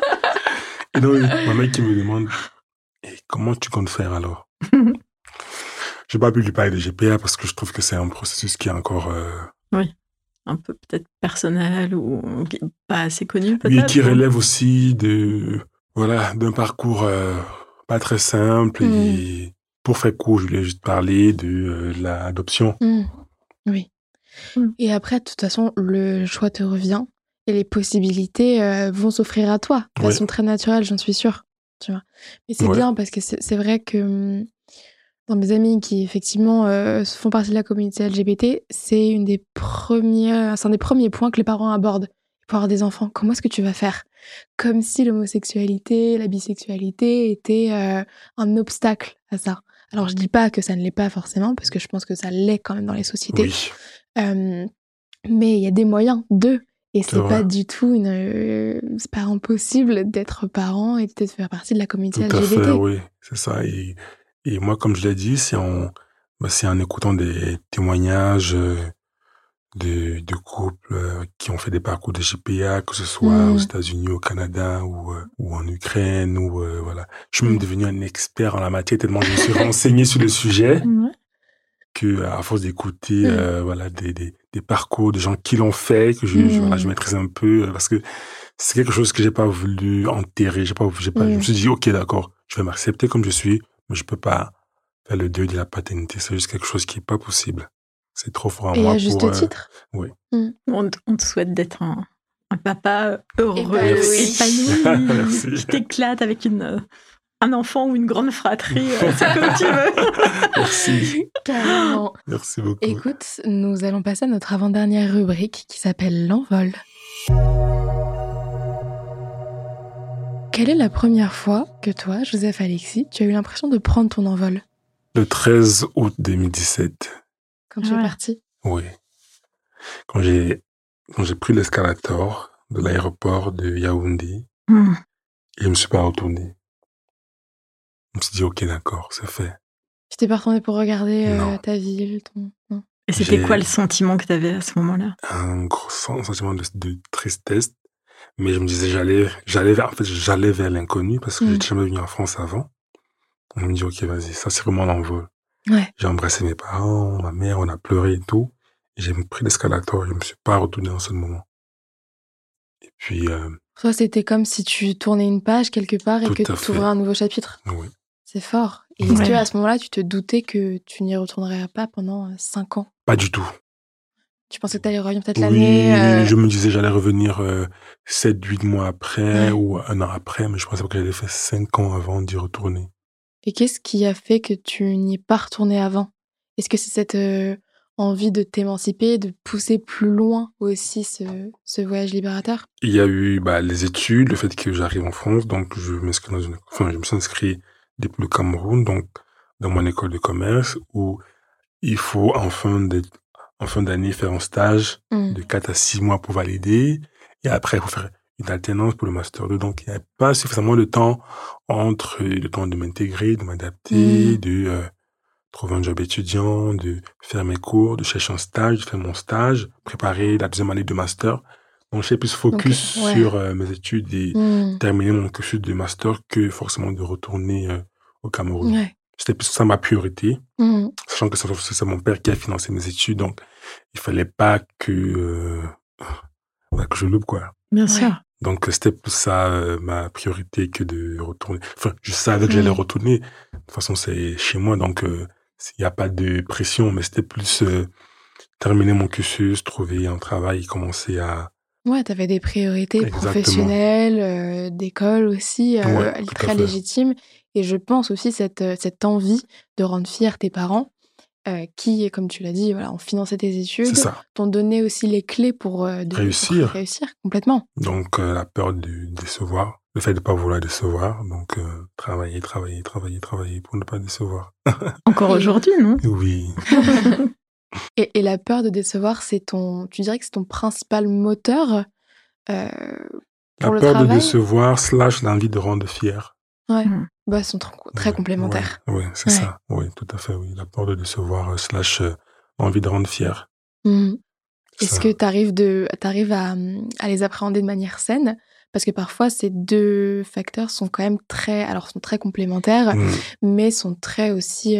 Et donc, ma mère qui me demande, comment tu comptes faire alors? Je n'ai pas pu lui parler de GPA parce que je trouve que c'est un processus qui est encore... Oui, un peu peut-être personnel ou pas assez connu peut-être. Oui, qui relève aussi d'un parcours pas très simple. Et pour faire court, je voulais juste parler de l'adoption. Oui. Et après, de toute façon, le choix te revient et les possibilités vont s'offrir à toi de façon très naturelle, j'en suis sûre. Tu vois. Mais c'est bien parce que c'est vrai que dans mes amis qui effectivement font partie de la communauté LGBT, c'est un des premiers points que les parents abordent pour avoir des enfants. Comment est-ce que tu vas faire? Comme si l'homosexualité, la bisexualité était un obstacle à ça. Alors je dis pas que ça ne l'est pas forcément, parce que je pense que ça l'est quand même dans les sociétés. Oui. Mais il y a des moyens d'eux. Et c'est vrai. pas du tout c'est pas impossible d'être parent et de faire partie de la communauté Tout à LGBT. fait, oui, c'est ça. Et moi, comme je l'ai dit, c'est en écoutant des témoignages de couples qui ont fait des parcours de GPA, que ce soit aux États-Unis, au Canada ou en Ukraine, ou voilà. Je suis même devenu un expert en la matière tellement je me suis renseigné sur le sujet. Que à force d'écouter des parcours de gens qui l'ont fait, que je maîtrise un peu, parce que c'est quelque chose que j'ai pas voulu enterrer, je me suis dit ok, d'accord, je vais m'accepter comme je suis, mais je peux pas faire le deuil de la paternité, c'est juste quelque chose qui est pas possible, c'est trop fort en moi. Et à juste titre. Oui. On te souhaite d'être un papa heureux, épanoui. Merci. Qui t'éclate avec un enfant ou une grande fratrie, c'est comme tu veux. Merci. Carrément. Merci beaucoup. Écoute, nous allons passer à notre avant-dernière rubrique qui s'appelle l'envol. Quelle est la première fois que toi, Joseph Alexis, tu as eu l'impression de prendre ton envol? Le 13 août 2017. Quand tu es parti? Oui. Quand j'ai pris l'escalator de l'aéroport de Yaoundé, et je me suis pas retourné. Je me suis dit, ok, d'accord, c'est fait. Tu t'es pas retourné pour regarder ta ville, Non. Et c'était quoi le sentiment que tu avais à ce moment-là? Un gros sentiment de tristesse. Mais je me disais, j'allais vers l'inconnu parce que j'étais jamais venu en France avant. On me dit, ok, vas-y, ça c'est vraiment l'envol. Ouais. J'ai embrassé mes parents, ma mère, on a pleuré et tout. Et j'ai pris l'escalator, je me suis pas retourné en ce moment. Et puis... Toi, c'était comme si tu tournais une page quelque part et que tu ouvrais un nouveau chapitre. Oui. C'est fort. Et est-ce que à ce moment-là, tu te doutais que tu n'y retournerais pas pendant 5 ans? Pas du tout. Tu pensais que tu allais revenir peut-être l'année je me disais j'allais revenir 7-8 mois après ou un an après, mais je pensais pas que j'allais faire 5 ans avant d'y retourner. Et qu'est-ce qui a fait que tu n'y es pas retourné avant? Est-ce que c'est cette envie de t'émanciper, de pousser plus loin aussi ce voyage libérateur? Il y a eu les études, le fait que j'arrive en France, donc je me suis inscrit depuis le Cameroun, donc dans mon école de commerce, où il faut en fin d'année faire un stage de 4 à 6 mois pour valider, et après il faut faire une alternance pour le master 2, donc il n'y a pas suffisamment de temps entre le temps de m'intégrer, de m'adapter, de trouver un job étudiant, de faire mes cours, de chercher un stage, de faire mon stage, préparer la deuxième année de master. Donc j'étais plus focus sur mes études et terminer mon cursus de master que forcément de retourner au Cameroun. Ouais. C'était plus ça ma priorité, sachant que c'est mon père qui a financé mes études, donc il fallait pas que je loupe, quoi. Bien sûr. Donc c'était plus ça ma priorité que de retourner. Enfin, je savais que j'allais retourner. De toute façon, c'est chez moi, donc il n'y a pas de pression, mais c'était plus terminer mon cursus, trouver un travail, commencer à Ouais, t'avais des priorités professionnelles, d'école aussi, très légitimes. Et je pense aussi cette envie de rendre fiers tes parents, qui, comme tu l'as dit, voilà, ont financé tes études, t'ont donné aussi les clés pour réussir complètement. Donc, la peur de décevoir, le fait de ne pas vouloir décevoir, donc travailler pour ne pas décevoir. Encore aujourd'hui, non? Oui. Et la peur de décevoir, tu dirais que c'est ton principal moteur pour le travail? La peur de décevoir / l'envie de rendre fier. Ouais, bah, sont très complémentaires. Oui, c'est ça. Oui, tout à fait, oui. La peur de décevoir / envie de rendre fier. Est-ce que t'arrives à les appréhender de manière saine? Parce que parfois, ces deux facteurs sont quand même sont très complémentaires, mais sont très aussi,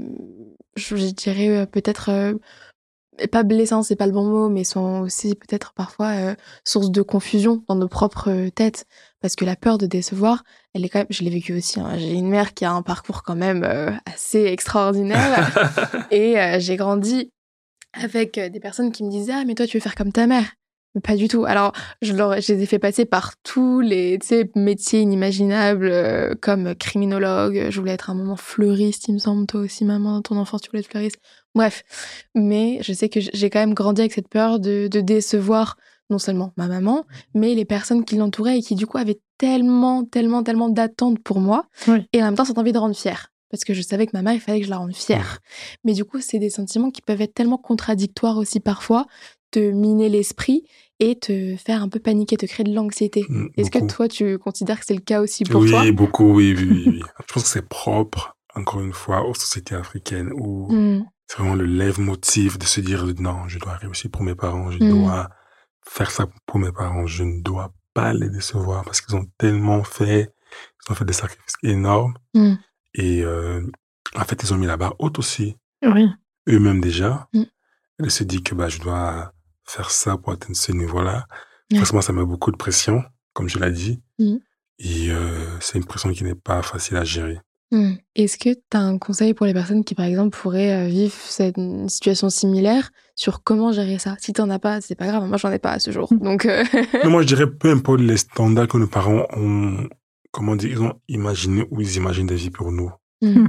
je dirais peut-être, pas blessants, c'est pas le bon mot, mais sont aussi peut-être parfois source de confusion dans nos propres têtes. Parce que la peur de décevoir, elle est quand même, je l'ai vécu aussi, hein. J'ai une mère qui a un parcours quand même assez extraordinaire. Et j'ai grandi avec des personnes qui me disaient « Ah, mais toi, tu veux faire comme ta mère ?» Mais pas du tout. Alors, je les ai fait passer par tous les métiers inimaginables, comme criminologue. Je voulais être à un moment fleuriste, il me semble. Toi aussi, maman, dans ton enfance, tu voulais être fleuriste. Bref. Mais je sais que j'ai quand même grandi avec cette peur de décevoir non seulement ma maman, mais les personnes qui l'entouraient et qui, du coup, avaient tellement d'attentes pour moi. Oui. Et en même temps, cette envie de rendre fière. Parce que je savais que ma mère, il fallait que je la rende fière. Mais du coup, c'est des sentiments qui peuvent être tellement contradictoires aussi parfois, te miner l'esprit et te faire un peu paniquer, te créer de l'anxiété. Est-ce que toi, tu considères que c'est le cas aussi pour toi? Oui, beaucoup, oui. Je pense que c'est propre, encore une fois, aux sociétés africaines où c'est vraiment le leitmotiv de se dire « Non, je dois réussir pour mes parents, je dois faire ça pour mes parents, je ne dois pas les décevoir parce qu'ils ont tellement fait, ils ont fait des sacrifices énormes. » Et en fait, ils ont mis la barre haute aussi. Oui. Eux-mêmes déjà. Elle se dit que je dois faire ça pour atteindre ce niveau-là. Forcément, ça met beaucoup de pression, comme je l'ai dit. Et c'est une pression qui n'est pas facile à gérer. Est-ce que tu as un conseil pour les personnes qui, par exemple, pourraient vivre une situation similaire sur comment gérer ça? Si tu n'en as pas, c'est pas grave. Moi, j'en ai pas à ce jour. Donc, Mais moi, je dirais, peu importe les standards que nos parents ont, ils ont imaginé ou ils imaginent des vies pour nous.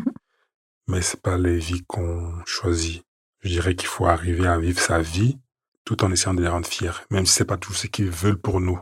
Mais c'est pas les vies qu'on choisit. Je dirais qu'il faut arriver à vivre sa vie tout en essayant de les rendre fiers, même si c'est pas tout ce qu'ils veulent pour nous.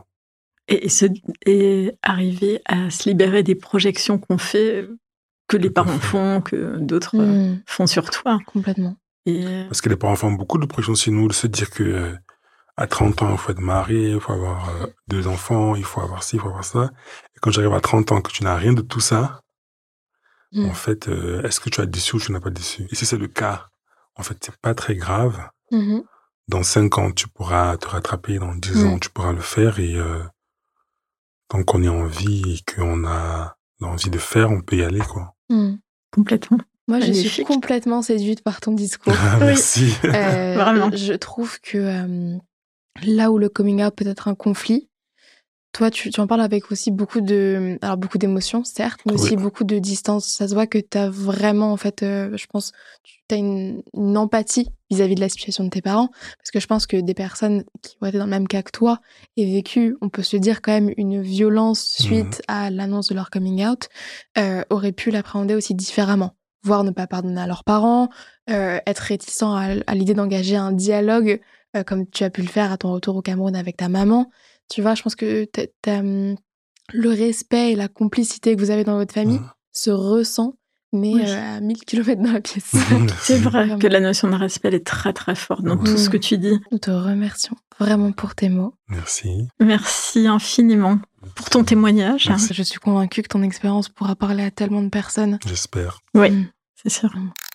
Et arriver à se libérer des projections qu'on fait, que les parents font, que d'autres font sur toi. Complètement. Parce que les parents font beaucoup de projections sur nous, de se dire que à 30 ans, il faut être marié, il faut avoir 2 enfants, il faut avoir ci, il faut avoir ça. Et quand j'arrive à 30 ans, que tu n'as rien de tout ça, en fait, est-ce que tu as déçu ou tu n'as pas déçu? Et si c'est le cas, en fait, c'est pas très grave. Dans 5 ans, tu pourras te rattraper. Dans 10 ans, tu pourras le faire. Et tant qu'on est en vie et qu'on a l'envie de faire, on peut y aller, quoi. Complètement. Moi, je suis complètement séduite par ton discours. Merci. Vraiment. Je trouve que là où le coming out peut être un conflit, toi, tu en parles avec aussi beaucoup d'émotions, certes, mais aussi beaucoup de distance. Ça se voit que tu as vraiment, en fait, je pense, tu as une empathie vis-à-vis de la situation de tes parents. Parce que je pense que des personnes qui ont été dans le même cas que toi et vécu, on peut se dire quand même une violence suite à l'annonce de leur coming out, auraient pu l'appréhender aussi différemment. Voire ne pas pardonner à leurs parents, être réticent à l'idée d'engager un dialogue, comme tu as pu le faire à ton retour au Cameroun avec ta maman. Tu vois, je pense que le respect et la complicité que vous avez dans votre famille se ressent, mais à 1000 km dans la pièce. C'est vrai que la notion de respect, elle est très très forte dans tout ce que tu dis. Nous te remercions vraiment pour tes mots. Merci. Merci infiniment pour ton témoignage. Merci. Je suis convaincue que ton expérience pourra parler à tellement de personnes. J'espère. Oui, c'est sûr.